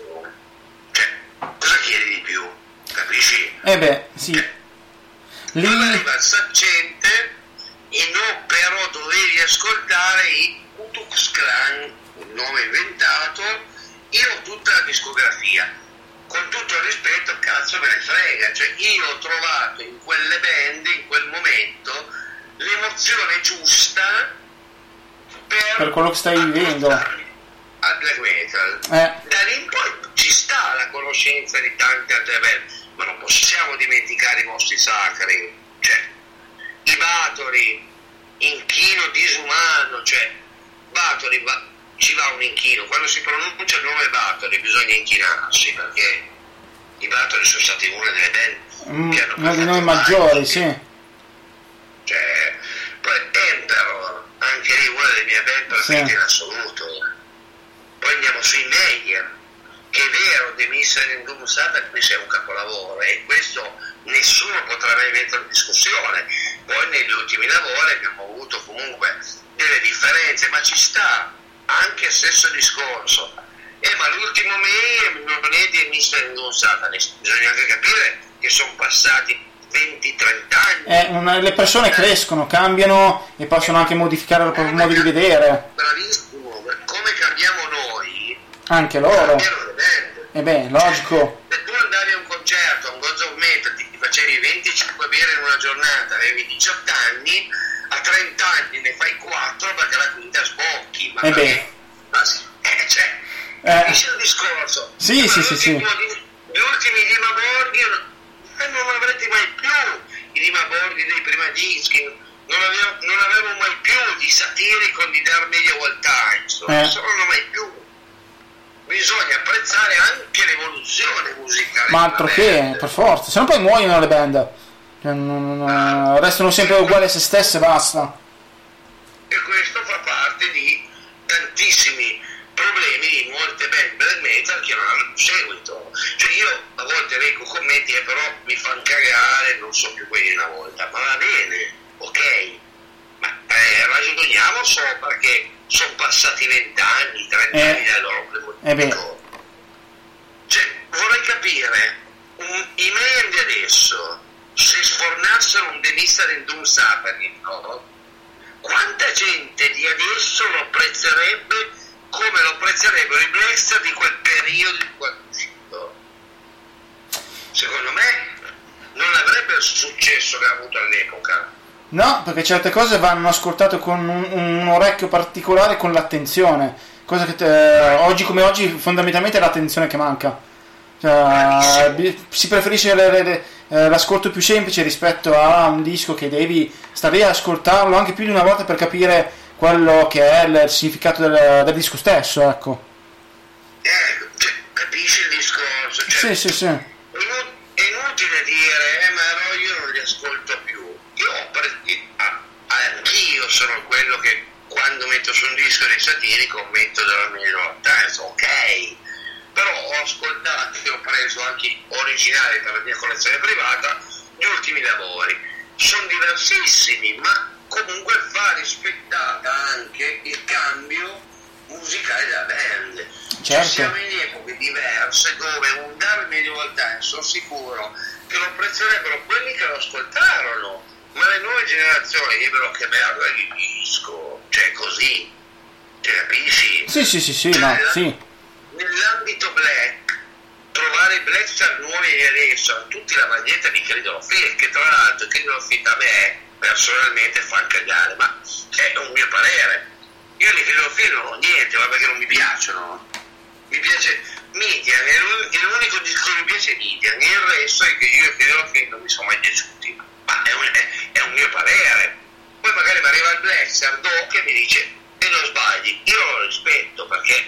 Cioè, cosa chiedi di più? Capisci?
Eh beh, sì.
Cioè,
lì
arriva il saccente e non però dovevi ascoltare i Ku Klux Klan, un nome inventato, io ho tutta la discografia, con tutto il rispetto, cazzo me ne frega, cioè io ho trovato in quelle band, in quel momento, l'emozione giusta per,
per quello che stai vivendo
al black metal.
Eh.
Da lì in poi ci sta la conoscenza di tante altre band, ma non possiamo dimenticare i mostri sacri, cioè i Bathory, inchino disumano, cioè Bathory va, ci va un inchino, quando si pronuncia il nome Bathory bisogna inchinarsi, perché i Bathory sono stati una delle band
mm,
che hanno
uno dei nomi maggiori, sì.
Cioè, poi Emperor, anche lì una delle mie band preferite
sì.
in assoluto. Poi andiamo sui Meyer, che è vero, The Missile and Doom Satan è un capolavoro, e questo nessuno potrà mai mettere in discussione. Poi negli ultimi lavori abbiamo avuto comunque delle differenze, ma ci sta anche stesso discorso. Eh, ma l'ultimo Meyer non è The Missile and Doom Satan, bisogna anche capire che sono passati venti trenta anni.
Eh, una, le persone crescono, cambiano e possono anche modificare il proprio modo di vedere.
Bravissimo, come cambiamo noi,
anche loro.
cambiano le band.
E eh beh, logico.
Se tu andavi a un concerto, a un Gods of Metal, ti facevi venticinque birre in una giornata, avevi diciotto anni, a trenta anni ne fai quattro perché la quinta sbocchi. Ma
e eh beh.
Ma sì, eh, cioè,
eh.
capisci il discorso?
Sì,
ma
sì, sì, sì.
Gli ultimi Dima Borghi eh, non avrete mai più i Dima Borghi dei primi dischi, non avevo, non avevo mai più di Satirico di Dark Medieval Times, non
eh.
sono mai più. Bisogna apprezzare anche l'evoluzione musicale.
Ma altro che, per forza, se no poi muoiono le band, non, non, restano sempre uguali a se stesse e basta.
E questo fa parte di tantissimi problemi di molte band black metal che non hanno seguito. Cioè io a volte leggo commenti e però mi fanno cagare, non so più quelli di una volta, ma va bene, ok, ma eh, ragioniamo sopra che sono passati vent'anni, trent'anni
eh.
dal loro primo
eh
disco. Cioè vorrei capire un, i man di adesso, se sfornassero un The Missile and Doom Satan, no? Quanta gente di adesso lo apprezzerebbe come lo apprezzerebbero i Blackstar di quel periodo di quando è uscito? Secondo me non avrebbe il successo che ha avuto all'epoca.
No, perché certe cose vanno ascoltate con un, un orecchio particolare, con l'attenzione, cosa che te, oggi come oggi fondamentalmente è l'attenzione che manca. Cioè, si preferisce le, le, le, l'ascolto più semplice rispetto a un disco che devi stare lì ad ascoltarlo anche più di una volta per capire quello che è il significato del, del disco stesso, ecco.
Eh, cioè, capisci il discorso? Cioè,
sì, sì, sì.
È inutile dire, eh, ma no, io non li ascolto più. Io ho pre- ah, anch'io sono quello che quando metto su un disco di Satirico metto della mia Times, ok, però ho ascoltato e ho preso anche originali per la mia collezione privata gli ultimi lavori, sono diversissimi, ma comunque va rispettata anche il cambio musicale della band.
Certo.
Cioè, siamo in epoche diverse dove un Dark Medieval Times sono sicuro che lo apprezzerebbero quelli che lo ascoltarono, ma le nuove generazioni dicono che merda di disco, cioè così, cioè, capisci?
Sì, sì, sì, sì,
cioè,
no,
nella,
sì.
Nell'ambito black, trovare i Blackstar nuovi di adesso, hanno tutti la maglietta di Credo Fit, che tra l'altro Credo Fit a me personalmente fa cagare, ma è un mio parere. Io di Credo Fit non ho niente, ma perché non mi piacciono. Mi piace Midian, è l'unico disco che mi piace Midian, il resto è che io e Credo Fit non mi sono mai piaciuti. Ma è un, è, è un mio parere. Poi magari mi arriva il Blackstar dopo e mi dice e non sbagli, io lo rispetto perché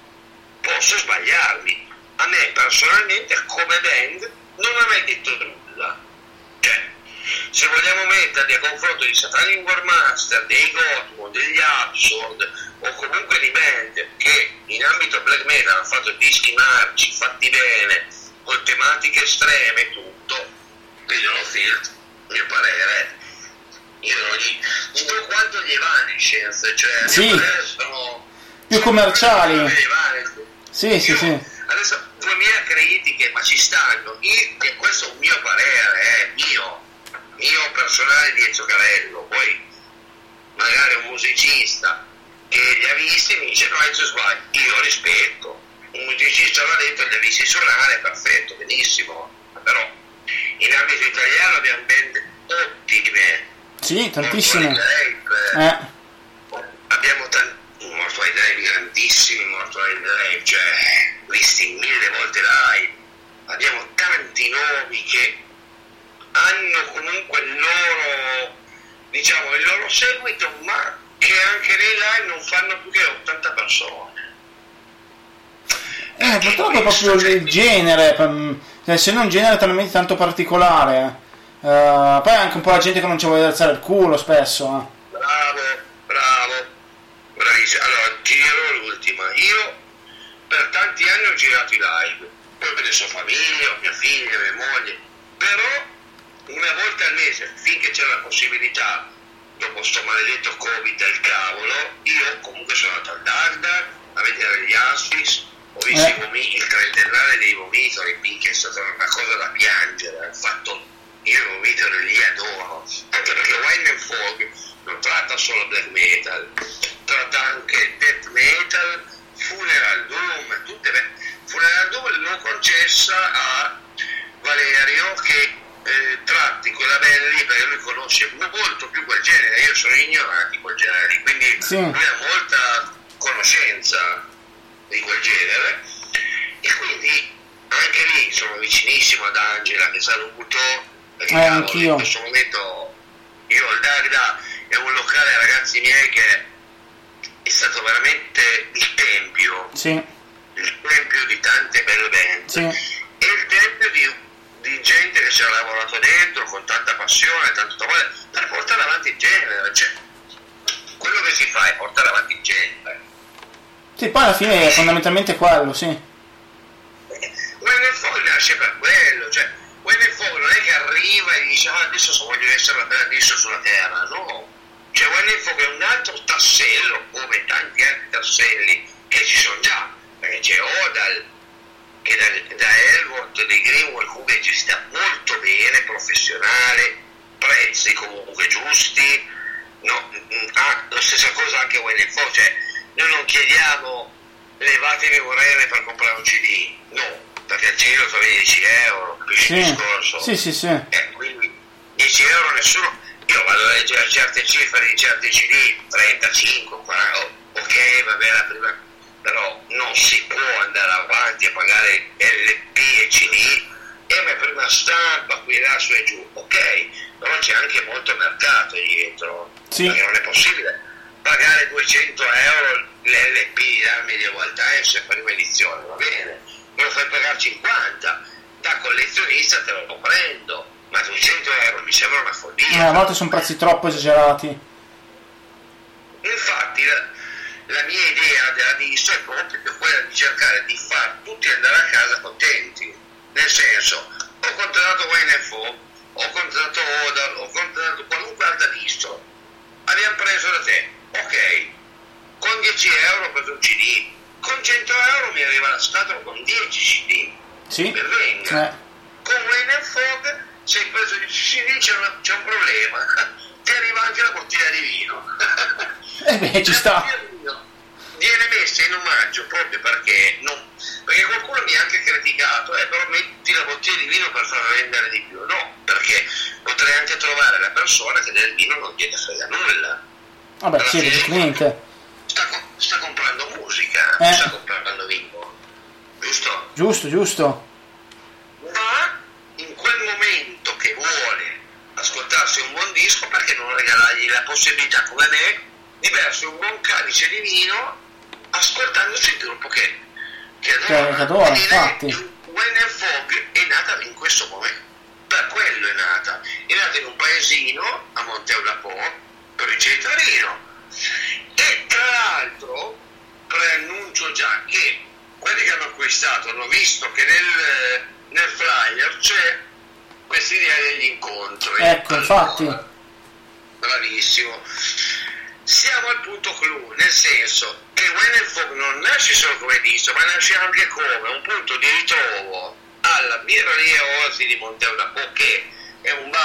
posso sbagliarmi. A me personalmente come band non ha mai detto nulla. Cioè, se vogliamo metterli a confronto di Satanic Warmaster, dei Gottmund, degli Absurd o comunque di band che in ambito black metal hanno fatto dischi marci fatti bene con tematiche estreme e tutto, vedono Field, mio parere, io non gli, gli do quanto gli Evanescence, cioè
sì,
mio parere sono
più
sono
commerciali. Sì,
io,
sì, sì.
Adesso duemila critiche, ma ci stanno. Io, e questo è un mio parere, eh, mio, mio personale di Ezio Carello. Poi magari un musicista che li ha visti, mi dice no, tu sbagli, io rispetto, un musicista l'ha detto, li ha visti suonare, perfetto, benissimo, però in ambito italiano abbiamo band ottime,
sì, tantissime,
Drive, eh. abbiamo tanti Mortuary Drive grandissimi, Mortuary Drive, cioè visti mille volte live, abbiamo tanti nomi che hanno comunque il loro, diciamo, il loro seguito, ma che anche nei live non fanno più che ottanta persone.
Eh, purtroppo è proprio il genere, essendo un genere talmente tanto particolare, uh, poi anche un po' la gente che non ci vuole alzare il culo spesso. Eh.
Bravo, bravo, bravissimo. Allora, ti dirò l'ultima. Io per tanti anni ho girato i live, poi ho adesso famiglia, ho mia figlia, mia moglie, però una volta al mese, finché c'era la possibilità, dopo sto maledetto Covid del cavolo, io comunque sono andato al Dagda a vedere gli Asphyx, ho visto
eh.
i vomiti, il trentennale dei vomitori, minchia, è stata una cosa da piangere, ho fatto, io i vomitori li adoro, anche perché Wine and Fog non tratta solo black metal, tratta anche death metal, Funeral Doom, tutte le... Funeral Doom l'ho concessa a Valerio che eh, tratti quella band lì, perché lui conosce molto più quel genere, io sono ignorante di quel genere lì, quindi
sì.
lui ha molta conoscenza di quel genere e quindi anche lì sono vicinissimo ad Angela, che saluto, perché
eh,
cavolo,
anch'io.
in questo momento io il Dagda è un locale, ragazzi miei, che è stato veramente il tempio,
sì.
il tempio di tante belle band,
sì.
e il tempio di, di gente che ci ha lavorato dentro con tanta passione, tanto amore per portare avanti il genere, cioè quello che si fa è portare avanti il genere.
Sì, poi alla fine è fondamentalmente quello, sì.
Wayne and Fog nasce per quello, cioè Wayne and Fog non è che arriva e dice ah, adesso voglio essere la paradiso sulla terra, no, cioè Wayne and Fog è un altro tassello come tanti altri tasselli che ci sono già, perché c'è Odal che da, da Elwood dei Greenwald comunque ci sta molto bene, professionale, prezzi comunque giusti, no, ah, la stessa cosa anche Wayne and Fog, cioè noi non chiediamo levatevi un rene per comprare un C D, no, perché il C D lo trovi dieci euro, capisci
sì.
il discorso?
Sì, sì, sì.
Eh, quindi dieci euro nessuno, io vado a leggere certe cifre di certi C D, trentacinque, quaranta, oh, ok, va bene la prima, però non si può andare avanti a pagare L P e C D, e ma prima stampa, qui là, su e giù, ok, però c'è anche molto mercato dietro,
sì.
Perché non è possibile pagare duecento euro l'L P da Medieval Times e prima edizione, va bene, me lo fai pagare cinquanta, da collezionista te lo prendo, ma duecento euro mi sembra una follia.
Eh, a volte sono prezzi troppo esagerati.
Infatti la, la mia idea della distro è proprio quella di cercare di far tutti andare a casa contenti, nel senso, ho contrattato Wayne and Fog, ho contrattato Odal, ho contrattato qualunque altra distro, abbiamo preso da te, ok, con dieci euro ho preso un C D, con cento euro mi arriva la scatola con dieci C D,
sì.
ben venga.
Eh.
Con Wayne and Fog se hai preso dieci C D c'è, una, c'è un problema, ti arriva anche la bottiglia di vino.
Eh beh, ci sta.
Viene messa in omaggio proprio perché non, perché qualcuno mi ha anche criticato, eh, però metti la bottiglia di vino per far vendere di più, no, perché potrei anche trovare la persona che del vino non gliene frega nulla.
Vabbè,
alla
sì, evidentemente.
sta, sta comprando musica,
eh.
sta comprando vino, giusto?
Giusto, giusto.
Ma in quel momento che vuole ascoltarsi un buon disco, perché non regalargli la possibilità come me di bersi un buon calice di vino ascoltandosi il gruppo che, che adora,
che adora infatti.
Wayne and Fog è nata in questo momento, per quello è nata è nata in un paesino a Monteulapò, provincia di Torino, e tra l'altro preannuncio già che quelli che hanno acquistato hanno visto che nel, nel flyer c'è questa idea degli incontri,
ecco,
allora,
infatti
bravissimo. Siamo al punto clou, nel senso che Wayne and Fog non nasce solo come disco, ma nasce anche come un punto di ritrovo alla birreria Ozzy di Monteulapò, che è un bar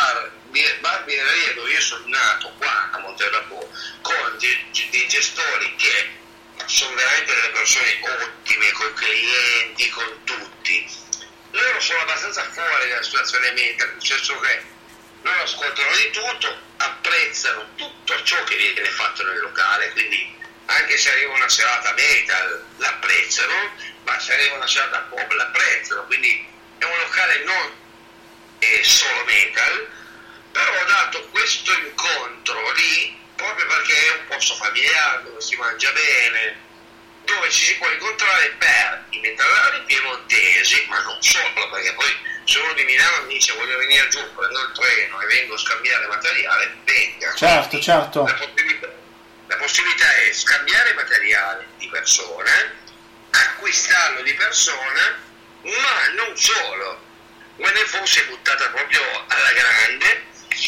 birreria dove io sono nato qua a Monterrapò, con dei, dei gestori che sono veramente delle persone ottime con i clienti, con tutti. Loro sono abbastanza fuori dalla situazione metal, nel senso che loro ascoltano di tutto, apprezzano tutto ciò che viene fatto nel locale, quindi anche se arriva una serata metal l'apprezzano, ma se arriva una serata pop l'apprezzano, quindi è un locale non è solo metal, però ho dato questo incontro lì proprio perché è un posto familiare dove si mangia bene, dove ci si può incontrare per i metallari piemontesi, ma non solo, perché poi se uno di Milano mi dice voglio venire giù, prendo il treno e vengo a scambiare materiale, venga.
Certo,
quindi
certo.
La possibilità, la possibilità è scambiare materiale di persona, acquistarlo di persona, ma non solo. When F O si è buttata proprio alla grande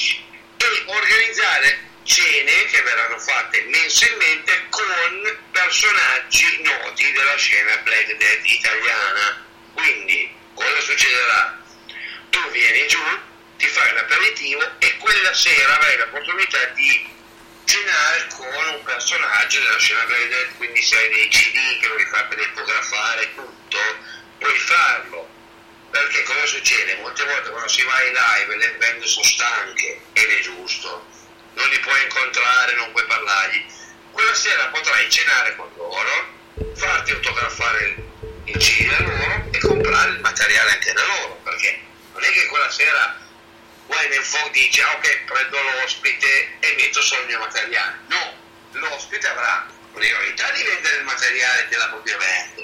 e organizzare cene che verranno fatte mensilmente con personaggi noti della scena Black Death italiana. Quindi cosa succederà? Tu vieni giù, ti fai un aperitivo e quella sera avrai l'opportunità di cenare con un personaggio della scena Black Death, quindi se hai dei C D che vuoi far fotografare tutto, puoi farlo. Perché cosa succede? Molte volte quando si va ai live le band sono stanche, ed è giusto, non li puoi incontrare, non puoi parlargli. Quella sera potrai cenare con loro, farti autografare il C D da loro e comprare il materiale anche da loro, perché non è che quella sera Wayne F O dice ah, ok, prendo l'ospite e metto solo il mio materiale. No, l'ospite avrà priorità di vendere il materiale della propria band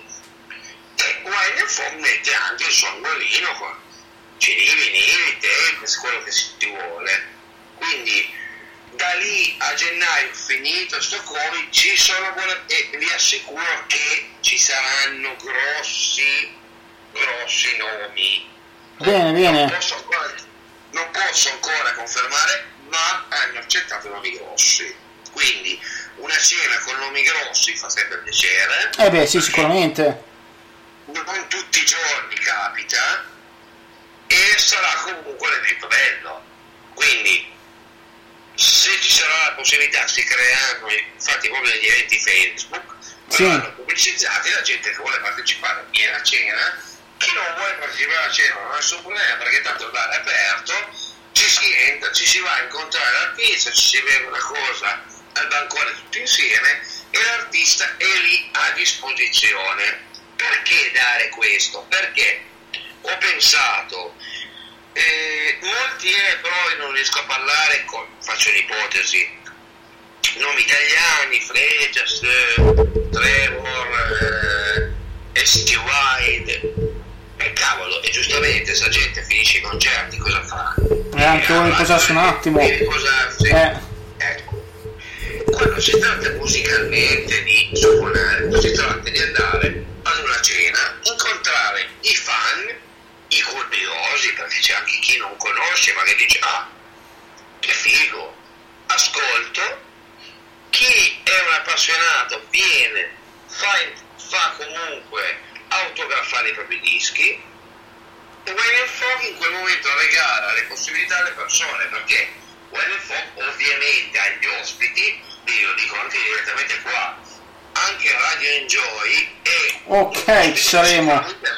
e Wayne F O mette anche il suo angolino con C D, vinili, tape, quello che si vuole. Quindi da lì a gennaio, finito sto Covid, ci sono buone, e vi assicuro che ci saranno grossi grossi nomi.
Bene, bene.
Non posso ancora, non posso ancora confermare, ma hanno accettato nomi grossi, quindi una cena con nomi grossi fa sempre piacere.
Eh beh, sì, sicuramente.
Non tutti i giorni capita e sarà comunque un evento bello, quindi se ci sarà la possibilità si creeranno infatti proprio degli eventi Facebook,
sì,
verranno pubblicizzati, la gente che vuole partecipare viene a cena, chi non vuole partecipare alla cena non ha nessun problema perché tanto il bar è aperto, ci si entra, ci si va a incontrare l'artista, ci si beve una cosa al bancone tutti insieme e l'artista è lì a disposizione. Perché dare questo? Perché ho pensato eh, molti eh, però io non riesco a parlare con, faccio un'ipotesi, nomi italiani, Frejas, eh, Trevor, eh, S T Wide, e cavolo, e giustamente se la gente finisce i concerti cosa fa?
E anche vuoi riposarsi un attimo.
Devi riposarsi.
Eh.
Ecco. Quando si tratta musicalmente di suonare, si tratta di andare ad una cena, incontrare i fan, i curiosi, perché c'è anche chi non conosce ma che dice ah, che figo, ascolto, chi è un appassionato viene, fa, fa comunque autografare i propri dischi e Wayne F O in quel momento regala le possibilità alle persone, perché Wayne F O ovviamente agli ospiti, io lo dico anche direttamente qua, anche Radio Enjoy e
ok, ci saremo,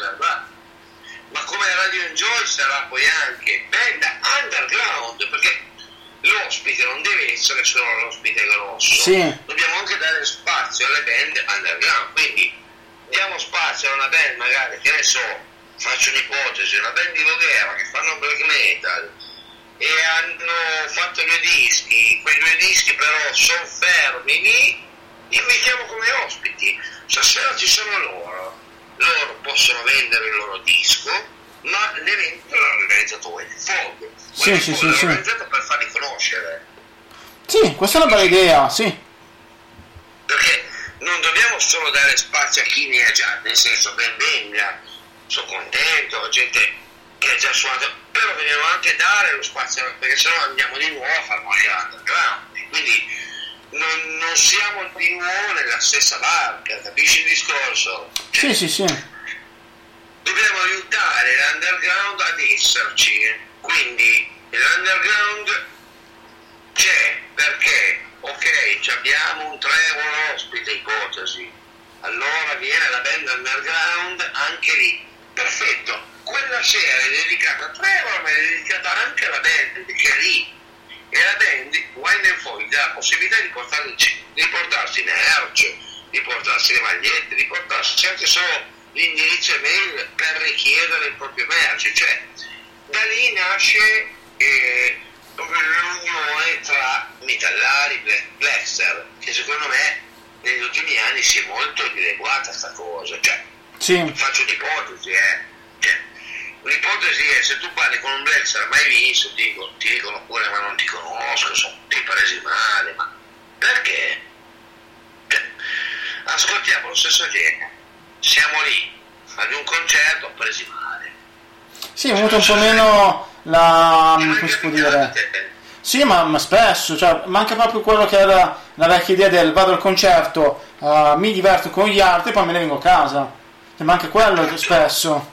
ma come Radio Enjoy sarà poi anche band underground, perché l'ospite non deve essere solo l'ospite grosso,
sì,
dobbiamo anche dare spazio alle band underground, quindi diamo spazio a una band magari, che ne so, faccio un'ipotesi, una band di Voghera che fanno black metal e hanno fatto due dischi, quei due dischi però sono fermi lì, invitiamo come ospiti, stasera ci sono loro, loro possono vendere il loro disco, ma l'evento l'ha organizzato Wayne F O,
sì, sì, sì,
l'ha
sì,
organizzato per farli conoscere.
Sì, questa è una bella idea, sì.
Perché non dobbiamo solo dare spazio a chi ne ha già, nel senso ben venga, sono contento, gente che ha già suonato, però dobbiamo anche dare lo spazio, perché sennò andiamo di nuovo a far morire l'underground, quindi non, non siamo di nuovo nella stessa barca, capisci il discorso?
Sì, sì, sì.
Dobbiamo aiutare l'underground ad esserci, quindi E l'underground c'è perché, ok, abbiamo un Trevor ospite, ipotesi, allora viene la band underground anche lì, perfetto, quella sera è dedicata a Trevor ma è dedicata anche alla band che è lì, e la band Wine and Foil dà la possibilità di, portarci, di portarsi merch, di portarsi le magliette, di portarsi anche solo l'indirizzo email per richiedere il proprio merch, cioè da lì nasce eh, l'unione tra metallari, blackster, che secondo me negli ultimi anni si è molto dileguata sta cosa, cioè
sì.
Faccio un'ipotesi, eh. Cioè, un'ipotesi è se tu parli con un blackster mai visto, ti, dico, ti dicono pure ma non ti conosco, sono tutti presi male, ma perché? Cioè, ascoltiamo lo stesso genere, siamo lì ad un concerto presi male.
Sì, è venuto un po' meno la, come si può dire, sì, ma, ma spesso, cioè, manca proprio quello che era la vecchia idea del vado al concerto, uh, mi diverto con gli altri e poi me ne vengo a casa, e manca quello spesso.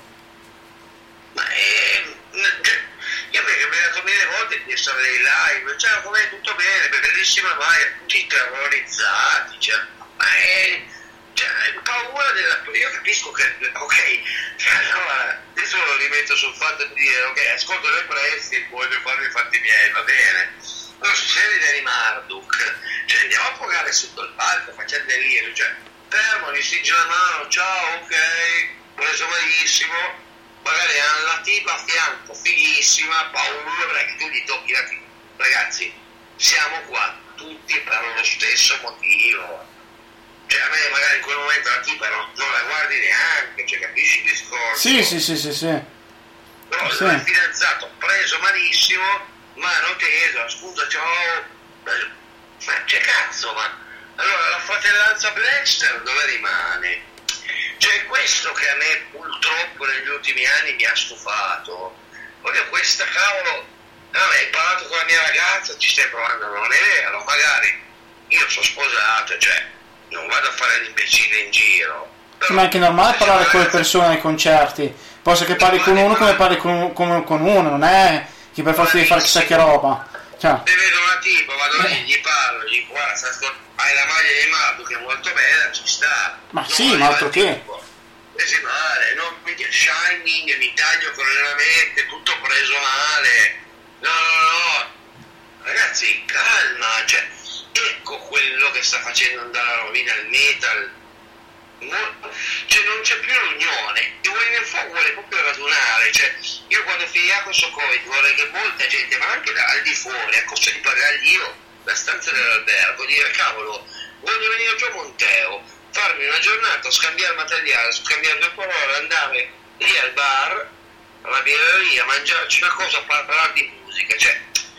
Ma eh, io mi ho venuto mille volte di essere dei live, cioè come tutto bene, bellissima maglia, tutti terrorizzati, cioè, ma è, cioè, paura della, io capisco che, ok, allora adesso lo rimetto sul fatto di dire, ok, ascolto le presti, voglio farmi i fatti miei, va bene, però se sei di Marduk, cioè andiamo a pagare sotto il palco, facciamo delirio, cioè fermo, gli stringe la mano, ciao, ok, preso malissimo, magari hanno la tipa a fianco, fighissima, paura che tu gli tocchi la tipa. Ragazzi, siamo qua tutti per lo stesso motivo. Cioè a me magari in quel momento la tipa non, non la guardi neanche, cioè capisci il discorso?
Sì, sì, sì, sì, sì.
Però
sì.
Il fidanzato preso malissimo, mano tesa, scusa, ciao, ma c'è cazzo, ma allora la fratellanza Blackster dove rimane? Cioè questo che a me purtroppo negli ultimi anni mi ha stufato. Voglio questa cavolo, vabbè, hai parlato con la mia ragazza, ci stai provando, non è vero, magari io sono sposato, cioè non vado a fare l'imbecille in giro. Però,
ma è anche normale parlare con le persone ai concerti, posso che parli con uno come parli con, con, con uno, non è che per forza devi fare chissà che roba. Cioè.
Se vedo una tipa, vado lì, gli parlo, gli guarda, hai la maglia di Marco che è molto bella, ci sta.
Ma
non
sì, ma altro che.
Presi male, non mi dia Shining, mi taglio correnamente, tutto preso male. No, no, no. Ragazzi, calma, cioè, ecco quello che sta facendo andare a rovina il metal. No, cioè non c'è più l'unione e Wine and Foil vuole proprio radunare, cioè io quando finirà questo Covid vorrei che molta gente, ma anche da, al di fuori, a costo di pagargli io la stanza dell'albergo, dire cavolo, voglio venire giù a Monteo, farmi una giornata, scambiare materiale, scambiare due parole, andare lì al bar, alla birreria, mangiarci una cosa, parlare di musica, cioè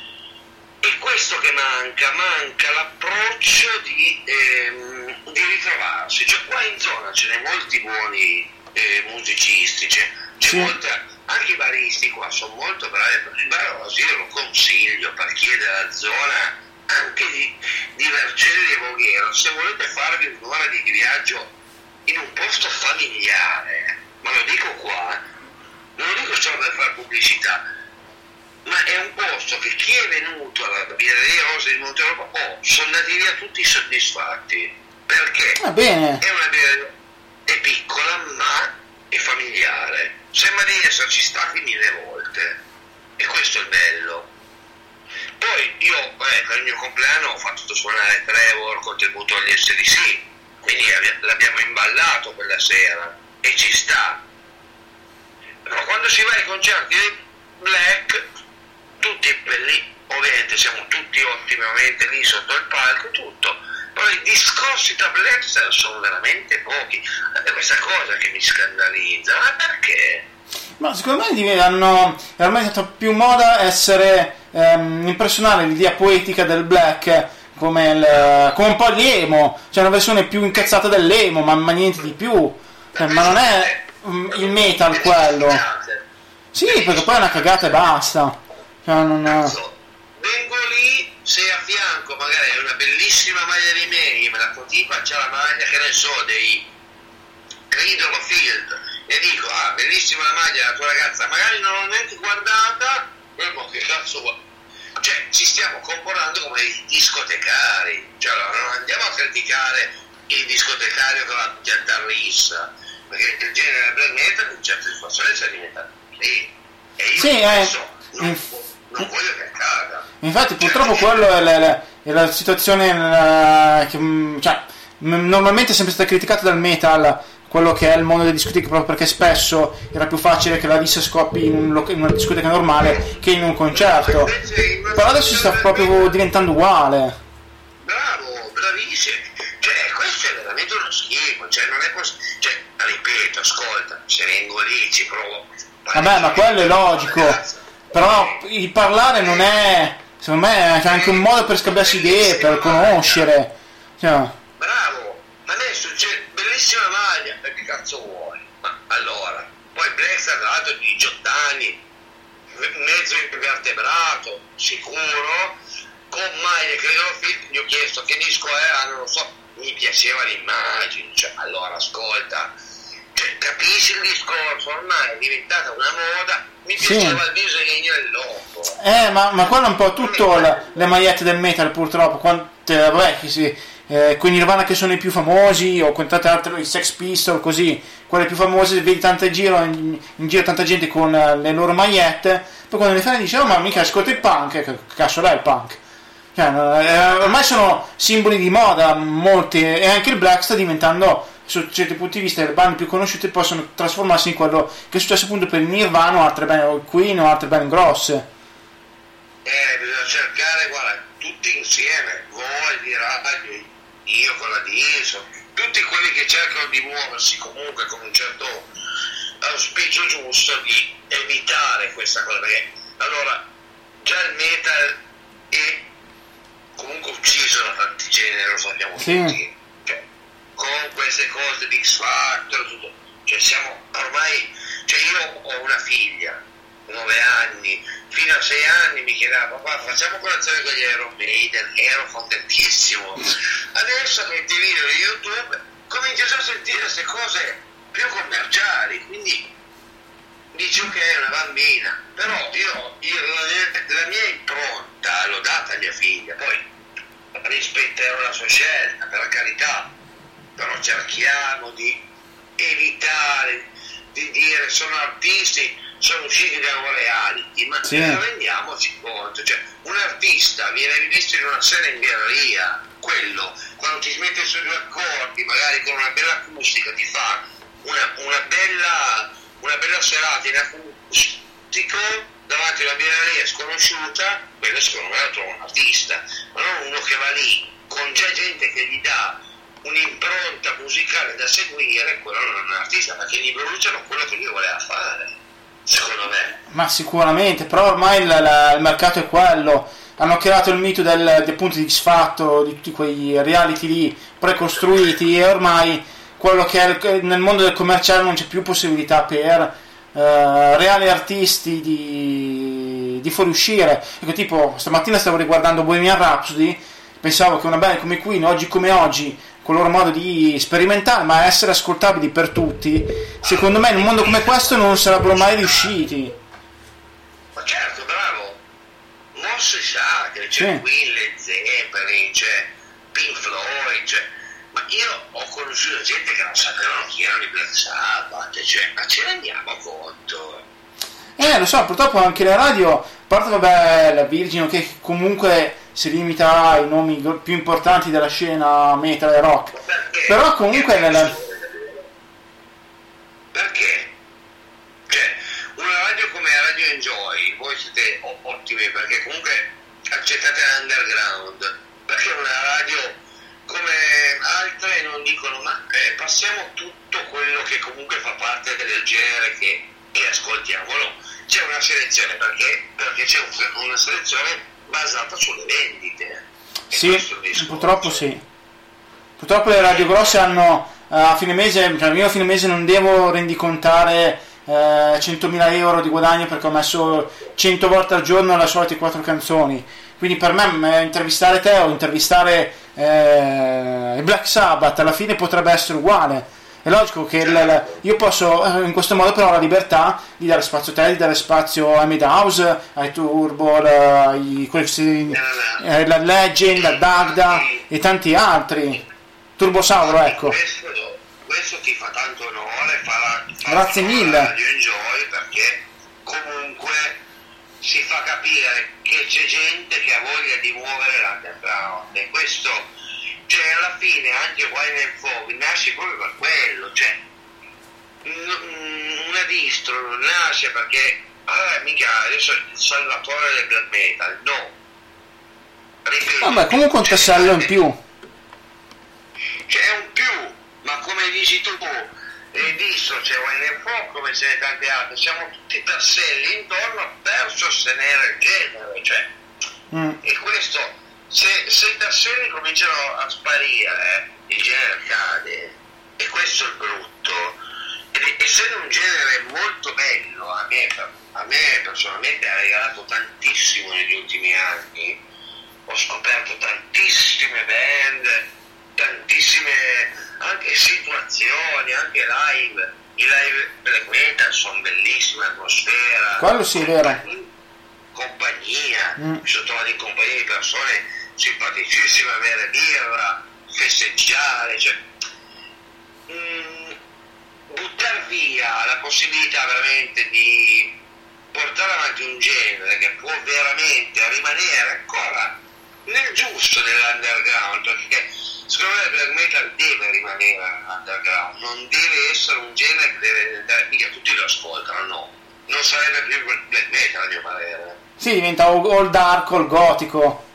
è questo che manca, manca l'approccio di, ehm, di ritrovarsi, cioè qua in zona ce n'è molti buoni eh, musicisti, cioè, c'è
sì.
molta, anche i baristi qua sono molto bravi, il bar io lo consiglio per chi è della zona anche di, di Vercelli e Voghero, se volete farvi un'ora di viaggio in un posto familiare, ma lo dico qua, non lo dico solo per fare pubblicità, ma è un posto che chi è venuto alla birreria Rosa di Monte Europa, oh, sono andati via tutti soddisfatti, perché
ah, bene.
è una birreria, è piccola ma è familiare, sembra di esserci stati mille volte e questo è il bello. Poi io eh, per il mio compleanno ho fatto suonare Trevor, contributo agli S D C, quindi l'abbiamo imballato quella sera e ci sta, però quando si va ai concerti dei Black tutti belli, ovviamente siamo tutti ottimamente lì sotto il palco, tutto, però i discorsi tra Blackster sono veramente pochi, è questa cosa che mi scandalizza, ma perché?
Ma secondo me hanno, è ormai stato più moda essere ehm, impressionare l'idea poetica del black come, il, come un po' l'emo, cioè una versione più incazzata dell'emo, ma, ma niente di più, cioè, ma non è um, il metal quello. Sì, perché poi è una cagata e basta. Cioè, non...
Vengo lì, se a fianco magari hai una bellissima maglia di me, ma la tua tipa c'ha la maglia, che ne so, dei Cradle of Field, e dico, ah, bellissima la maglia della tua ragazza, magari non l'ho neanche guardata, e boh, che cazzo cazzo vuoi? Cioè, ci stiamo comportando come i discotecari, cioè allora, non andiamo a criticare il discotecario con la chitarrissa, perché il genere black metal in certe situazioni si alimenta lì, e io
sì,
penso,
eh,
non,
inf-
non voglio che accada.
Infatti,
Cioè,
purtroppo quello è la, la, è la situazione eh, che, mh, cioè, m- normalmente è sempre stata criticata dal metal, quello che è il mondo delle discoteche, proprio perché spesso era più facile che la rissa scoppi in, un loca- in una discoteca normale che in un concerto. Però adesso sta proprio diventando uguale.
Bravo, bravissimo. Cioè, questo è veramente uno schifo. Cioè, non è poss- cioè, ripeto, ascolta, se vengo lì ci provo.
Vabbè, ma quello è logico. Però il parlare non è. Secondo me c'è anche un modo per scambiarsi idee, per conoscere. Cioè.
Bravo, ma adesso c'è bellissima maglia, che cazzo vuoi? Ma allora, poi Black Star tra l'altro di diciotto anni, mezzo invertebrato, sicuro, con maglie credo fit, gli ho chiesto che disco era, non lo so, mi piaceva l'immagine, cioè allora ascolta, cioè, capisci il discorso, ormai è diventata una moda, mi
Sì.
piaceva il disegno e il logo.
Eh, ma, ma quello è un po' tutto la, le magliette del metal, purtroppo. Quante, vabbè, che si, eh, con i Nirvana che sono i più famosi, o con tante altre, i Sex Pistols, così, quelle più famose, vedi tanta giro, in, in giro tanta gente con eh, le loro magliette, poi quando ne fai dici, oh ma mica ascolta il punk, che cazzo è il punk? Cioè, eh, ormai sono simboli di moda, molti, e anche il black sta diventando, su certi punti di vista, le band più conosciute possono trasformarsi in quello che è successo appunto per il Nirvana o altre band, o il Queen o altre band grosse.
Eh, bisogna cercare, guarda, tutti insieme, voi di radio, io con la Diso, tutti quelli che cercano di muoversi comunque con un certo auspicio giusto di evitare questa cosa, perché allora già il metal è comunque ucciso da tanti generi, lo sappiamo
Sì.
tutti, cioè, con queste cose di X Factor, tutto, cioè siamo ormai, cioè io ho una figlia, nove anni, fino a sei anni mi chiedeva papà facciamo colazione con gli Iron Maiden, ero contentissimo. Adesso che ti video di YouTube cominci già a sentire queste cose più commerciali, quindi dici ok è una bambina, però io, io la mia impronta l'ho data a mia figlia, poi rispetterò la sua scelta, per carità, però cerchiamo di evitare di dire sono artisti, sono usciti da un reality, ma
sì.
rendiamoci conto, cioè un artista viene rivisto in una scena in birreria, quello quando ti smette sui due accordi, magari con una bella acustica ti fa una, una bella una bella serata in acustico davanti a una birreria sconosciuta, quello secondo me lo trovo un artista, ma non uno che va lì con già gente che gli dà un'impronta musicale da seguire, quello non è un artista, perché gli bruciano quello che lui voleva fare, secondo me.
Ma sicuramente, però ormai il, la, il mercato è quello. Hanno creato il mito del, del punto di X Factor, di tutti quei reality lì precostruiti, e ormai quello che è il, nel mondo del commerciale non c'è più possibilità per uh, reali artisti di, di fuoriuscire. Ecco, tipo stamattina stavo riguardando Bohemian Rhapsody, pensavo che una band come Queen, oggi come oggi, con il loro modo di sperimentare ma essere ascoltabili per tutti, secondo me in un mondo come questo non sarebbero mai riusciti.
Ma certo, bravo, non si sa che c'è
Sì.
Queen, Led Zeppelin, c'è Pink Floyd, c'è... ma io ho conosciuto gente che non sapevano chi erano i Black Sabbath, cioè, ma ce ne rendiamo conto?
Eh, lo so, purtroppo anche le radio, a parte vabbè la Virgin, che comunque si limita ai nomi più importanti della scena metal e rock,
Perché?
però comunque
Perché?
nella...
Perché? Cioè, una radio come Radio Enjoy, voi siete o- ottimi perché comunque accettate l'underground, perché una radio come altre non dicono ma eh, passiamo tutto quello che comunque fa parte del genere che, che ascoltiamolo, c'è una selezione, perché, perché c'è un, una selezione basata sulle vendite. E
Sì,
questo è il discorso.
purtroppo sì. Purtroppo le radio grosse hanno eh, a fine mese, cioè io a fine mese non devo rendicontare eh, centomila euro di guadagno perché ho messo cento volte al giorno le solite quattro canzoni. Quindi per me eh, intervistare te o intervistare eh, il Black Sabbath alla fine potrebbe essere uguale. È logico che il, il, io posso in questo modo però ho la libertà di dare spazio a te, di dare spazio a Madhouse, ai Turbo, ai questi, eh, la Legend, la Dagda e tanti altri. Turbosauro, ecco.
Questo, questo ti fa tanto onore, fa, fa
grazie mille.
Radio Enjoy, perché comunque si fa capire che c'è gente che ha voglia di muovere l'underground, e questo, cioè alla fine anche Wine and Fog nasce proprio per quello, cioè una distro non nasce perché ah mica adesso è il salvatore del black metal, no, ripeto,
vabbè, comunque un tassello in più,
c'è un più, ma come dici tu, il distro c'è Wine and Fog come ce ne tante altre, siamo tutti tasselli intorno per sostenere il genere, cioè mm. e questo, se, se i tasselli cominciano a sparire il genere cade, e questo è il brutto. Ed essendo un genere molto bello, a me, a me personalmente ha regalato tantissimo negli ultimi anni, ho scoperto tantissime band, tantissime anche situazioni, anche live, i live black metal sono bellissime, atmosfera,
quello sì è vero,
compagnia,
mm.
mi sono trovato in compagnia di persone simpaticissime a bere birra, festeggiare, cioè mm, buttare via la possibilità veramente di portare avanti un genere che può veramente rimanere ancora nel giusto dell'underground, perché secondo me il black metal deve rimanere nell'underground, non deve essere un genere che deve diventare, mica tutti lo ascoltano, no, non sarebbe più black metal a mio parere.
Sì, diventa o il dark o il gotico.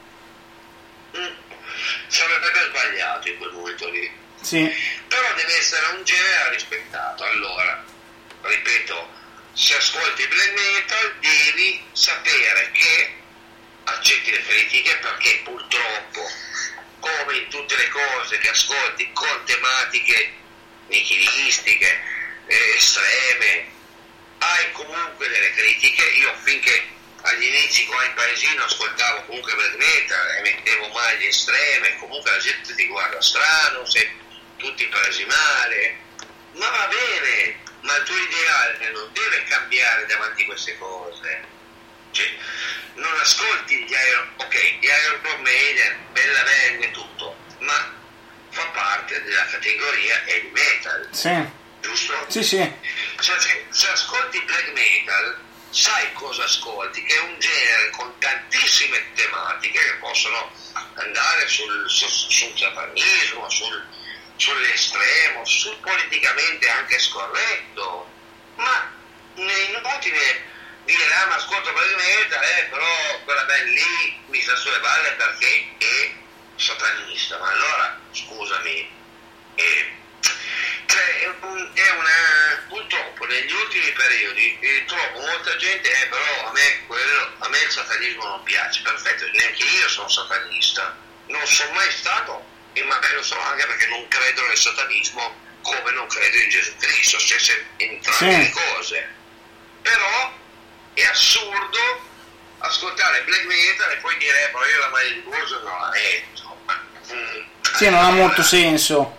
Mm. Sarebbe proprio sbagliato in quel momento lì.
Sì.
Però deve essere un genere rispettato. Allora, ripeto, se ascolti black metal devi sapere che accetti le critiche, perché purtroppo, come in tutte le cose che ascolti con tematiche nichilistiche, eh, estreme, hai comunque delle critiche. Io finché agli inizi qua in paesino ascoltavo comunque black metal e mettevo maglie estreme, comunque la gente ti guarda strano, sei tutti presi male, ma va bene, ma il tuo ideale non deve cambiare davanti a queste cose, cioè non ascolti gli Iron, ok, gli Iron Maiden, bella band e tutto, ma fa parte della categoria heavy metal,
sì,
giusto?
Sì, sì.
Se, se ascolti black metal sai cosa ascolti, che è un genere con tantissime tematiche che possono andare sul, sul, sul satanismo, sul, sull'estremo, sul politicamente anche scorretto, ma è inutile dire ah ma ascolto black metal, eh, però quella band lì mi sta sulle balle perché è satanista, ma allora scusami, eh, cioè, è, un, è una, purtroppo negli ultimi periodi eh, trovo molta gente, eh, però a me quello, a me il satanismo non piace, perfetto, neanche io sono satanista, non sono mai stato, e magari lo sono anche perché non credo nel satanismo come non credo in Gesù Cristo, stesse entrambe le cose, però è assurdo ascoltare black metal e poi dire eh, però io la maglia di Burzum non la metto, mm,
sì, non ha molto senso.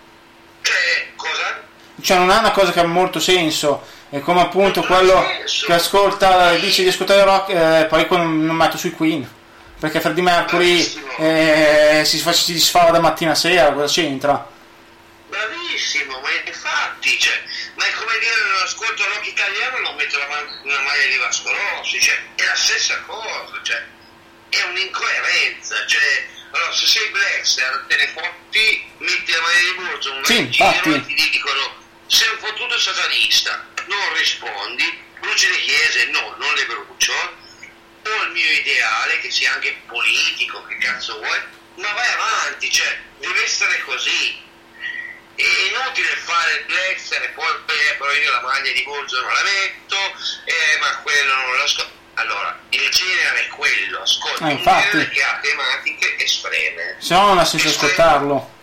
Cioè, cosa?
Cioè non ha una cosa che ha molto senso, è come appunto
non
quello che ascolta, dice di ascoltare rock e poi non metto sui Queen, perché Freddie Mercury eh, si, fa, si disfava da mattina a sera, cosa c'entra?
Bravissimo, ma infatti, cioè, ma è come dire non ascolto rock italiano non metto la, ma- una maglia di Vasco Rossi, cioè, è la stessa cosa, cioè, è un'incoerenza, cioè, allora se sei Blackstar te ne fotti, metti la maglia di Burzum,
sì,
vai in giro
infatti.
e ti dicono sei un fottuto satanista, non rispondi, bruci le chiese, no, non le brucio, ho il mio ideale, che sia anche politico, che cazzo vuoi, ma vai avanti, cioè, deve essere così. È inutile fare il Blackstar e poi eh, però io la maglia di Burzum non la metto, eh, ma quello non lo ascolto. Allora, il genere è quello, ascolti
eh,
un genere che ha tematiche estreme.
Se no non ha senso estreme. ascoltarlo.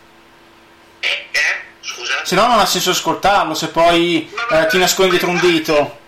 Eh, eh? Scusa?
Se no non ha senso ascoltarlo, se poi eh, ti nascondi dietro un dito.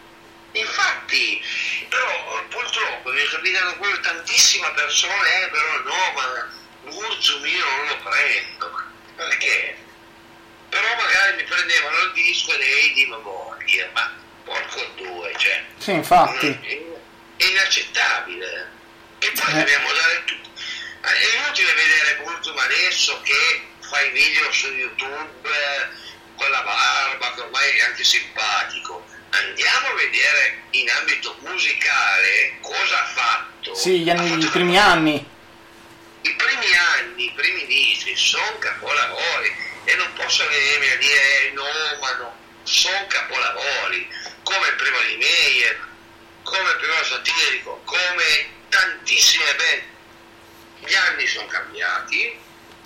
Infatti, però purtroppo mi è capitato pure tantissime persone, eh, però no, ma Burzum io non lo prendo. Perché? Però magari magari mi prendevano il disco dei di memoria, ma porco due, cioè.
Sì, infatti.
È inaccettabile. E poi
Eh.
dobbiamo dare tutto. È inutile vedere Burzum adesso che fa i video su YouTube eh, con la barba, che ormai è anche simpatico. Andiamo a vedere in ambito musicale cosa ha fatto.
Sì, gli,
Ha
anni,
fatto
i primi anni.
I primi anni, i primi dischi sono capolavori e non posso venirmi a dire no, ma no, sono capolavori, come il primo di Meyer, come il primo satirico, come tantissime band. Gli anni sono cambiati,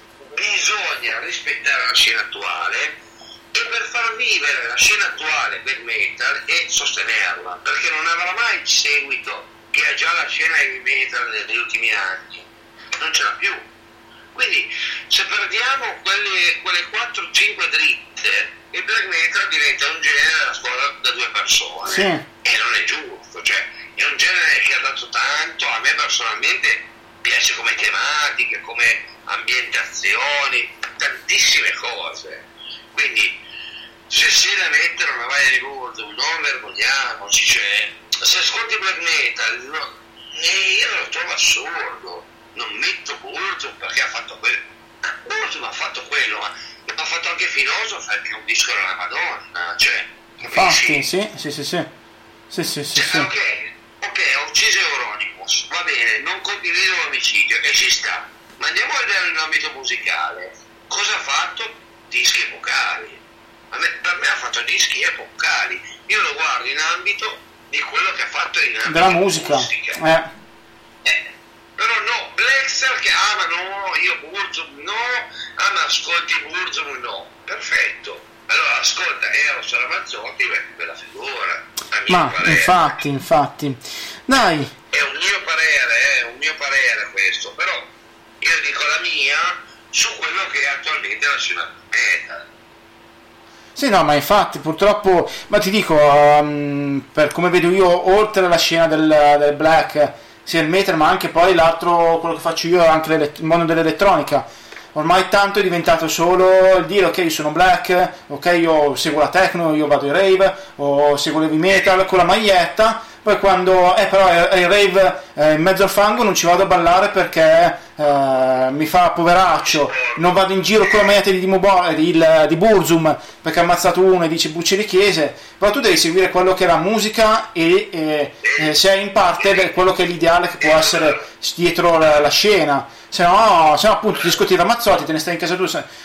bisogna rispettare la scena attuale e per far vivere la scena attuale del metal e sostenerla, perché non avrà mai il seguito che ha già la scena heavy metal negli ultimi anni, non ce l'ha più. Quindi se perdiamo quelle, quelle quattro cinque dritte, il black metal diventa un genere da scuola da due persone.
Sì.
E non è giusto, cioè è un genere che ha dato tanto, a me personalmente piace come tematiche, come ambientazioni, tantissime cose. Quindi se si da mettere una maglia di Burzum, non vergogniamoci, cioè se ascolti black metal no, eh, io lo trovo assurdo, non metto Burzum perché ha fatto quello. Burzum ha fatto quello, ma ha fatto anche Filosofa, che è un disco della Madonna, cioè
Infatti, sì, sì, sì, sì. Sì, sì, sì,
cioè,
sì.
ok, ok, ha ucciso Euronymous, va bene, non condivido l'omicidio e ci sta, ma andiamo a vedere in ambito musicale cosa ha fatto. Dischi epocali. A me, per me ha fatto dischi epocali. Io lo guardo in ambito di quello che ha fatto in ambito
Della musica.
musica.
Eh.
Eh, però no, Blackstar che ah ma no, io Burzum no, ah ma ascolti Burzum no. Perfetto. Allora ascolta Eros Ramazzotti, beh, bella figura. A mio
Ma
parere.
infatti, infatti. Dai.
È un mio parere, è un mio parere questo, però io dico la mia su quello che è attualmente la scena metal.
Sì, no, ma infatti purtroppo, ma ti dico, um, per come vedo io, oltre alla scena del, del black, sia il metal, ma anche poi l'altro, quello che faccio io, anche il mondo dell'elettronica, ormai tanto è diventato solo il dire ok, io sono black, ok, io seguo la techno, io vado in rave, o seguo l'heavy metal con la maglietta, poi quando eh, però è il rave eh, in mezzo al fango non ci vado a ballare perché eh, mi fa poveraccio, non vado in giro con la maglietta di, Dimo, di, di Burzum perché ha ammazzato uno e dice bucce di chiese, però tu devi seguire quello che è la musica e eh, eh, sei in parte quello che è l'ideale che può essere dietro la, la scena, se no, se no appunto ti discuti da Mazzotti, te ne stai in casa tu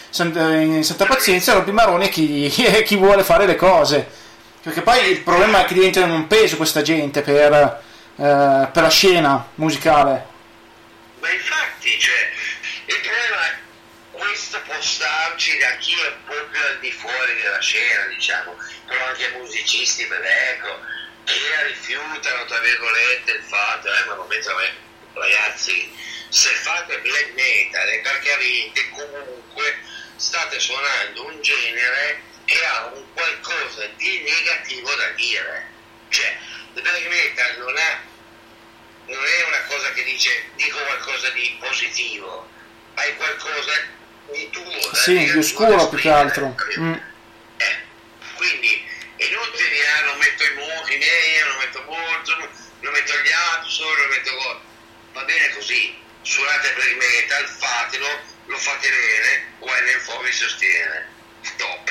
in santa pazienza, rompi i maroni e chi, chi vuole fare le cose. Perché poi il problema è che diventano un peso questa gente per, eh, per la scena musicale.
Ma infatti, cioè, il problema è questo può starci da chi è un po' più al di fuori della scena, diciamo, però anche musicisti, ecco, che rifiutano, tra virgolette, il fatto, eh, ma non metto a me, ragazzi, se fate black metal è perché avete comunque, state suonando un genere che ha un qualcosa di negativo da dire, cioè il black metal non è, non è una cosa che dice dico qualcosa di positivo, hai qualcosa di tuo da
sì, di oscuro più che altro. Mm.
Eh, quindi è inutile dire ah, non metto i muri miei, non metto Burzum, non metto gli Absor, non metto go- va bene così, suonate black metal, fatelo, lo fate bene, U N F O vi sostiene. Stop.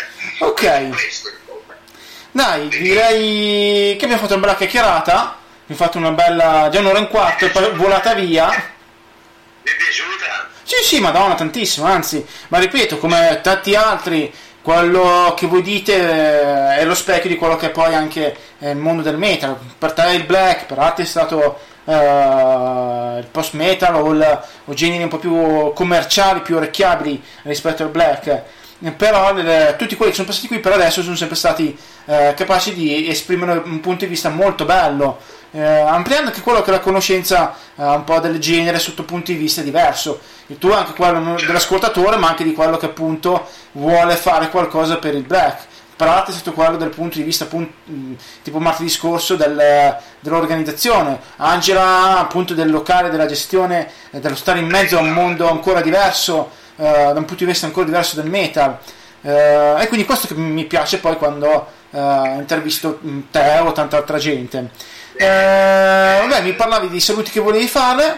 Ok. Dai, direi che abbiamo fatto una bella chiacchierata. Abbiamo fatto una bella. Già un'ora e un quarto, è volata via.
Mi è piaciuta?
Sì, sì, madonna, tantissimo, anzi, ma ripeto, come tanti altri, quello che voi dite è lo specchio di quello che è poi anche il mondo del metal. Per te è il black, per altri è stato uh, il post metal o, il, o generi un po' più commerciali, più orecchiabili rispetto al black. Però eh, tutti quelli che sono passati qui per adesso sono sempre stati eh, capaci di esprimere un punto di vista molto bello, eh, ampliando anche quello che è la conoscenza eh, un po' del genere sotto punti di vista diverso, il tuo anche quello dell'ascoltatore, ma anche di quello che appunto vuole fare qualcosa per il black. Per altri è stato quello del punto di vista appunto, tipo martedì scorso del, dell'organizzazione, Angela appunto del locale, della gestione, eh, dello stare in mezzo a un mondo ancora diverso, Uh, da un punto di vista ancora diverso del metal, eh, e quindi questo che mi piace poi quando eh, intervisto te o tanta altra gente. Eh, vabbè, mi parlavi di saluti che volevi fare.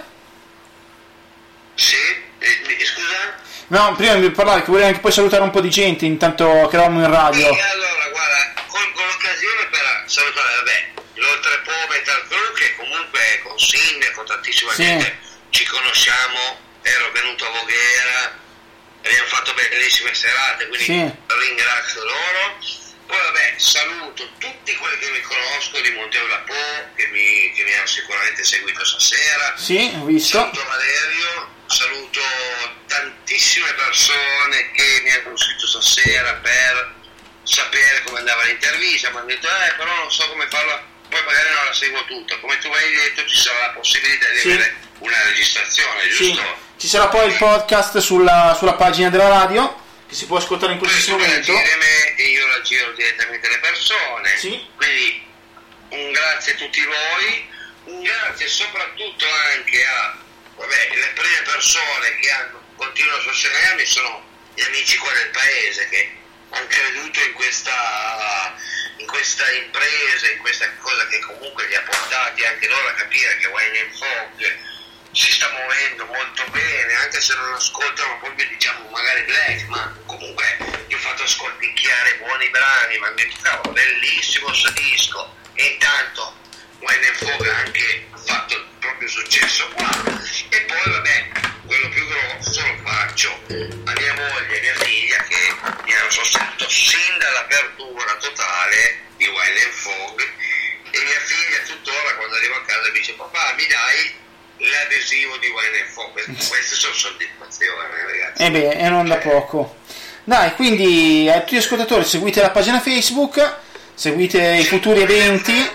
Sì, eh, scusa?
No, prima mi parlavi che volevi anche poi salutare un po' di gente intanto che eravamo in radio.
Sì, allora guarda, colgo l'occasione per salutare, vabbè, l'Oltrepo Metal Crew, che comunque con Sinne, con tantissima
sì.
gente ci conosciamo, ero venuto a Voghera, abbiamo fatto bellissime serate, quindi
sì.
ringrazio loro. Poi vabbè, saluto tutti quelli che mi conosco di Monteo Po, che mi, che mi hanno sicuramente seguito stasera.
Sì, ho visto.
Saluto Valerio, saluto tantissime persone che mi hanno scritto stasera per sapere come andava l'intervista, mi hanno detto eh però non so come farla, poi magari non la seguo tutta, come tu mi hai detto ci sarà la possibilità di sì. avere una registrazione, giusto?
Sì. Ci sarà poi il podcast sulla, sulla pagina della radio che si può ascoltare in qualsiasi momento.
Me e io la giro direttamente alle persone,
sì.
Quindi un grazie a tutti voi, un grazie soprattutto anche a vabbè, le prime persone che hanno continuano a sostenermi sono gli amici qua del paese che hanno creduto in questa in questa impresa, in questa cosa che comunque li ha portati anche loro a capire che Wine and Fog si sta muovendo molto bene, anche se non ascoltano proprio diciamo magari black, ma comunque gli ho fatto ascolticchiare buoni brani, mi hanno detto cavolo, bellissimo sto disco, e intanto Wine and Fog ha anche fatto proprio successo qua, e poi vabbè, quello più grosso lo faccio a mia moglie e mia figlia che mi hanno sostenuto sin dall'apertura totale di Wine and Fog, e mia figlia tuttora quando arrivo a casa mi dice papà mi dai l'adesivo di Wine and Fog. Queste sono soddisfazioni, ragazzi.
E beh, e non da poco. Dai, quindi a tutti gli ascoltatori seguite la pagina Facebook, seguite i futuri eventi.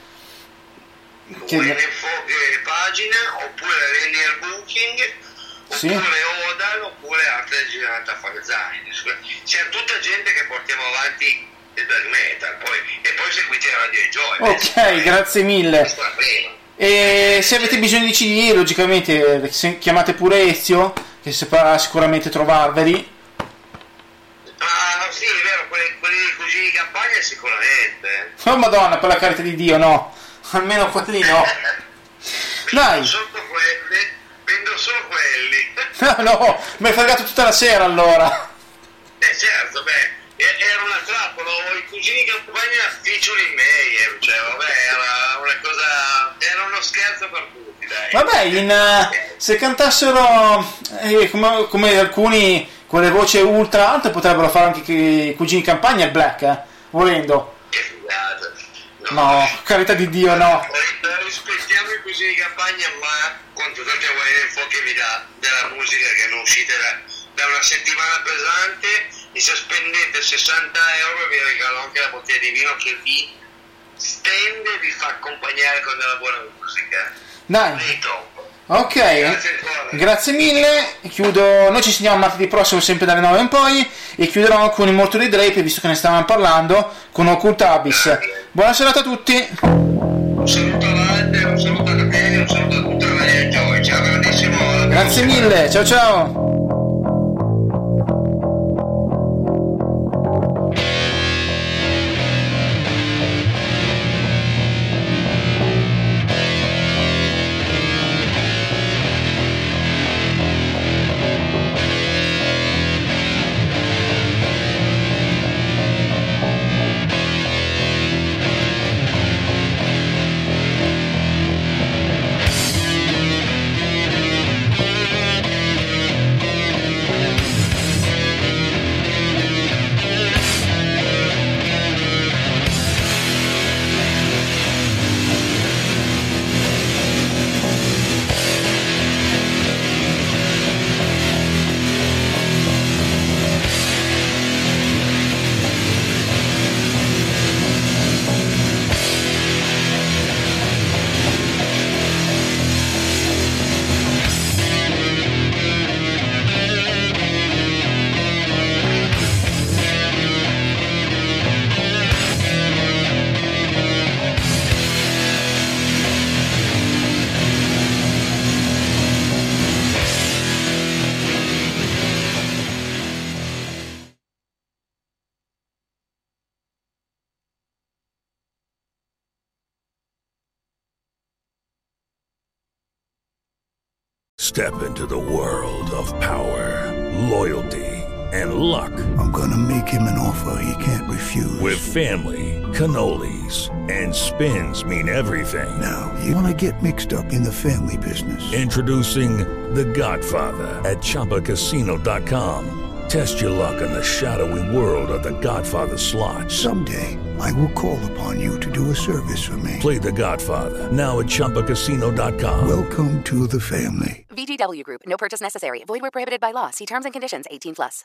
Che... Wine and Fog pagina, oppure Linear Booking,
sì.
oppure Odal, oppure Arte Girata a fare zaini. C'è tutta gente che portiamo avanti il black metal, poi, e poi seguite Radio Joy.
Ok, grazie mille. E se avete bisogno di C D, logicamente chiamate pure Ezio, che saprà sicuramente trovarveli.
Ah sì, è vero, quelli, quelli così di campagna sicuramente.
Oh madonna, per la carità di Dio, no, almeno quelli no. Dai,
solo quelli, vendo solo quelli.
No, no, mi hai fregato tutta la sera allora.
Eh certo, beh, era una trappola, i cugini di campagna feature in me, cioè vabbè, era una cosa, era uno scherzo per tutti, dai.
Vabbè, in, uh, se cantassero eh, come, come alcuni con le voci ultra alte potrebbero fare anche i cugini di campagna il black, eh, volendo.
Che figata.
No, no, carità di Dio, no.
Rispettiamo i cugini di campagna, ma con tutte le Wine and Fog che vi dà della musica che non uscite da, da una settimana pesante. E se spendete sessanta euro vi regalo anche la bottiglia di vino che vi stende e vi fa accompagnare con della buona musica.
Dai. Ok, grazie, grazie mille. Chiudo. Noi ci sentiamo martedì prossimo sempre dalle nove in poi e chiuderò con Immortali Drape, visto che ne stavamo parlando, con Occult Abyss. Buona serata a tutti.
Un saluto a Valde, un saluto a te, un saluto a tutta la Radio Joy. Ciao grandissimo.
Grazie mille, ciao ciao.
Step into the world of power, loyalty, and luck.
I'm gonna make him an offer he can't refuse.
With family, cannolis, and spins mean everything.
Now, you wanna get mixed up in the family business.
Introducing The Godfather at Chumba Casino dot com. Test your luck in the shadowy world of The Godfather slot.
Someday, I will call upon you to do a service for me.
Play The Godfather, now at Chumba Casino dot com.
Welcome to the family.
V G W Group. No purchase necessary. Void where prohibited by law. See terms and conditions. eighteen plus.